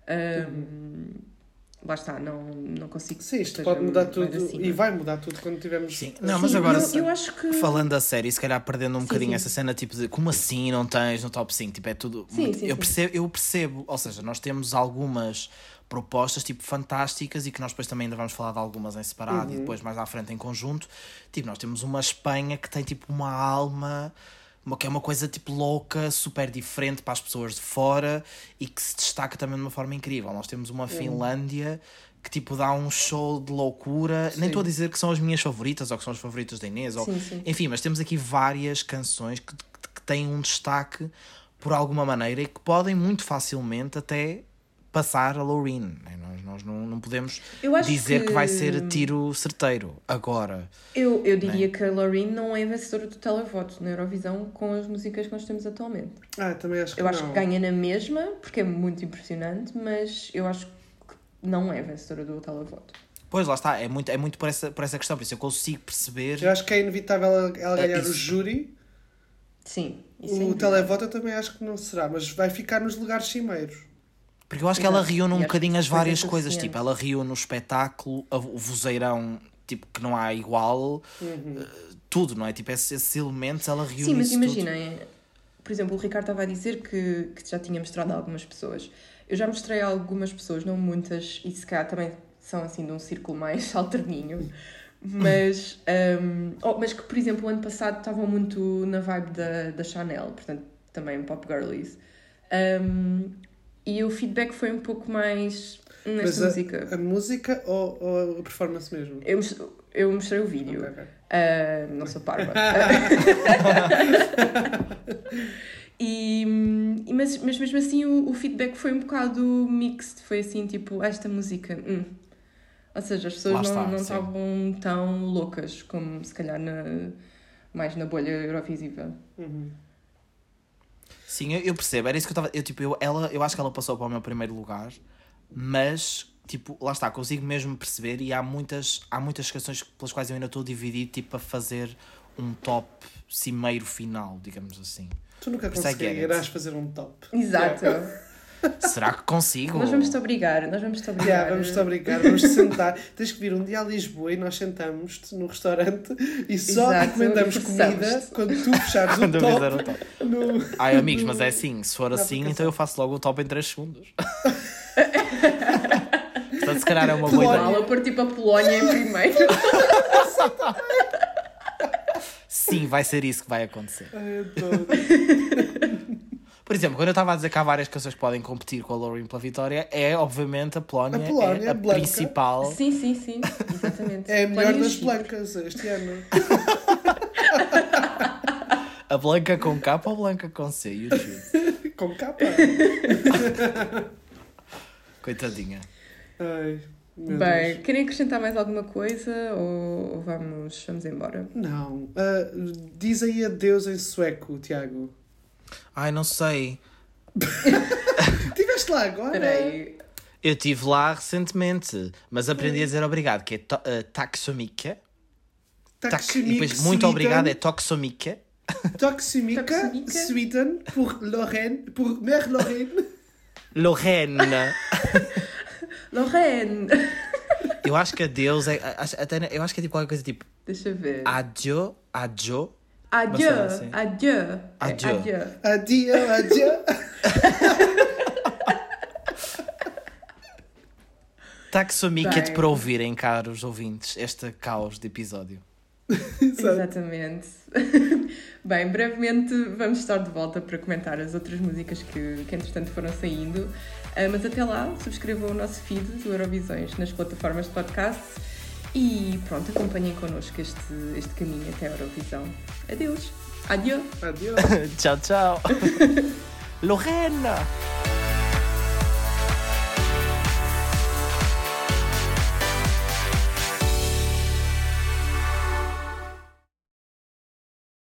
lá está, não consigo... Sim, isto que pode esteja mudar mais tudo acima. e vai mudar tudo quando tivermos... Sim, não, mas Sim, agora, eu acho que... falando a sério, e se calhar perdendo um bocadinho sim. essa cena, tipo de como assim não tens no top 5? Tipo, é tudo... Sim, eu percebo, ou seja, nós temos algumas propostas, tipo, fantásticas e que nós depois também ainda vamos falar de algumas em separado e depois mais à frente em conjunto. Tipo, nós temos uma Espanha que tem, tipo, uma alma... que é uma coisa tipo louca, super diferente para as pessoas de fora e que se destaca também de uma forma incrível. Nós temos uma Finlândia que tipo dá um show de loucura. Sim. Nem estou a dizer que são as minhas favoritas ou que são as favoritas da Inês, ou... Sim. enfim, mas temos aqui várias canções que têm um destaque por alguma maneira e que podem muito facilmente até passar a Loreen. Nós não podemos Eu acho dizer que vai ser tiro certeiro. Agora, Eu diria que a Loreen não é vencedora do televoto na Eurovisão com as músicas que nós temos atualmente. Também acho que Eu não. acho que ganha na mesma, porque é muito impressionante, mas eu acho que não é vencedora do televoto. pois lá está, é muito por essa questão, por isso eu consigo perceber. Eu acho que é inevitável ela ganhar isso. o júri. Sim. Isso é O incrível. televoto eu também acho que não será, mas vai ficar nos lugares cimeiros. Porque eu acho que Exato. ela reúne E um acho bocadinho que as depois é várias coisas, suficiente. tipo, ela reúne o espetáculo, o vozeirão, tipo, que não há igual, tudo, não é? Tipo, esses elementos, ela reúne Sim, mas isso tudo. imaginem, por exemplo, o Ricardo estava a dizer que já tinha mostrado a algumas pessoas. Eu já mostrei a algumas pessoas, não muitas, e se calhar também são assim de um círculo mais alterninho, mas que, por exemplo, o ano passado estavam muito na vibe da Chanel, portanto, também pop girlies. E o feedback foi um pouco mais nesta Mas música. a música ou a performance mesmo? Eu mostrei o vídeo. Ok. Não sou parva. Mas mesmo assim o feedback foi um bocado mixed. Foi assim, tipo, esta música... Ou seja, as pessoas Lá está, não sim. estavam tão loucas como se calhar mais na bolha Eurovisiva. Sim, eu percebo, era isso que eu estava... Eu acho que ela passou para o meu primeiro lugar, mas, tipo, lá está, consigo mesmo perceber e há muitas canções pelas quais eu ainda estou dividido, tipo, a fazer um top cimeiro final, digamos assim. Tu nunca Por isso é que é conseguirás fazer um top. Exato. Será que consigo? Nós vamos-te obrigar. Vamos-te obrigar, vamos sentar. Tens que vir um dia a Lisboa e nós sentamos-te no restaurante e só Exato, recomendamos e comida forçamos-te. quando tu fechares Quando o eu fizer o top. top. No... Ai, amigos, mas é assim, se for Na assim, aplicação. então eu faço logo o top em 3 segundos. Portanto, se calhar é uma boa ideia. Mal, a pôr tipo a Polónia em primeiro. Sim, vai ser isso que vai acontecer. Ai, adoro. Por exemplo, quando eu estava a dizer que há várias canções que podem competir com a Loreen pela vitória, é obviamente a Polónia, A Polónia, é a Blanca. principal. Sim, exatamente. É a melhor Polónia e das Chipre. blancas este ano. A Blanca com K ou Blanca com C? You choose. Com capa. Coitadinha. Ai, meu Bem, Deus. querem acrescentar mais alguma coisa ou vamos embora? Não. Diz aí adeus em sueco, Tiago. Ai, não sei. Estiveste lá agora? Espera aí. Eu estive lá recentemente, mas aprendi a dizer obrigado, que é tack så mycket. E depois, muito obrigado é toxomique. Toximica, Toximica. Sweden, por Lorraine, por Mère Lorraine. Lorraine. Lorraine! Eu acho que adeus é. Eu acho que é tipo qualquer coisa tipo Deixa eu ver. adieu. Adieu! Bastante, sim. Adieu! Adieu. Adio, adio. Taxomique Bem. para ouvirem, caros ouvintes, este caos de episódio. Exatamente. Bem, brevemente vamos estar de volta para comentar as outras músicas que entretanto foram saindo. Mas até lá, subscrevam o nosso feed do Eurovisões nas plataformas de podcast e pronto, acompanhem connosco este caminho até a Eurovisão. Adeus! Adiós! Adeus! Tchau, tchau. Lorena!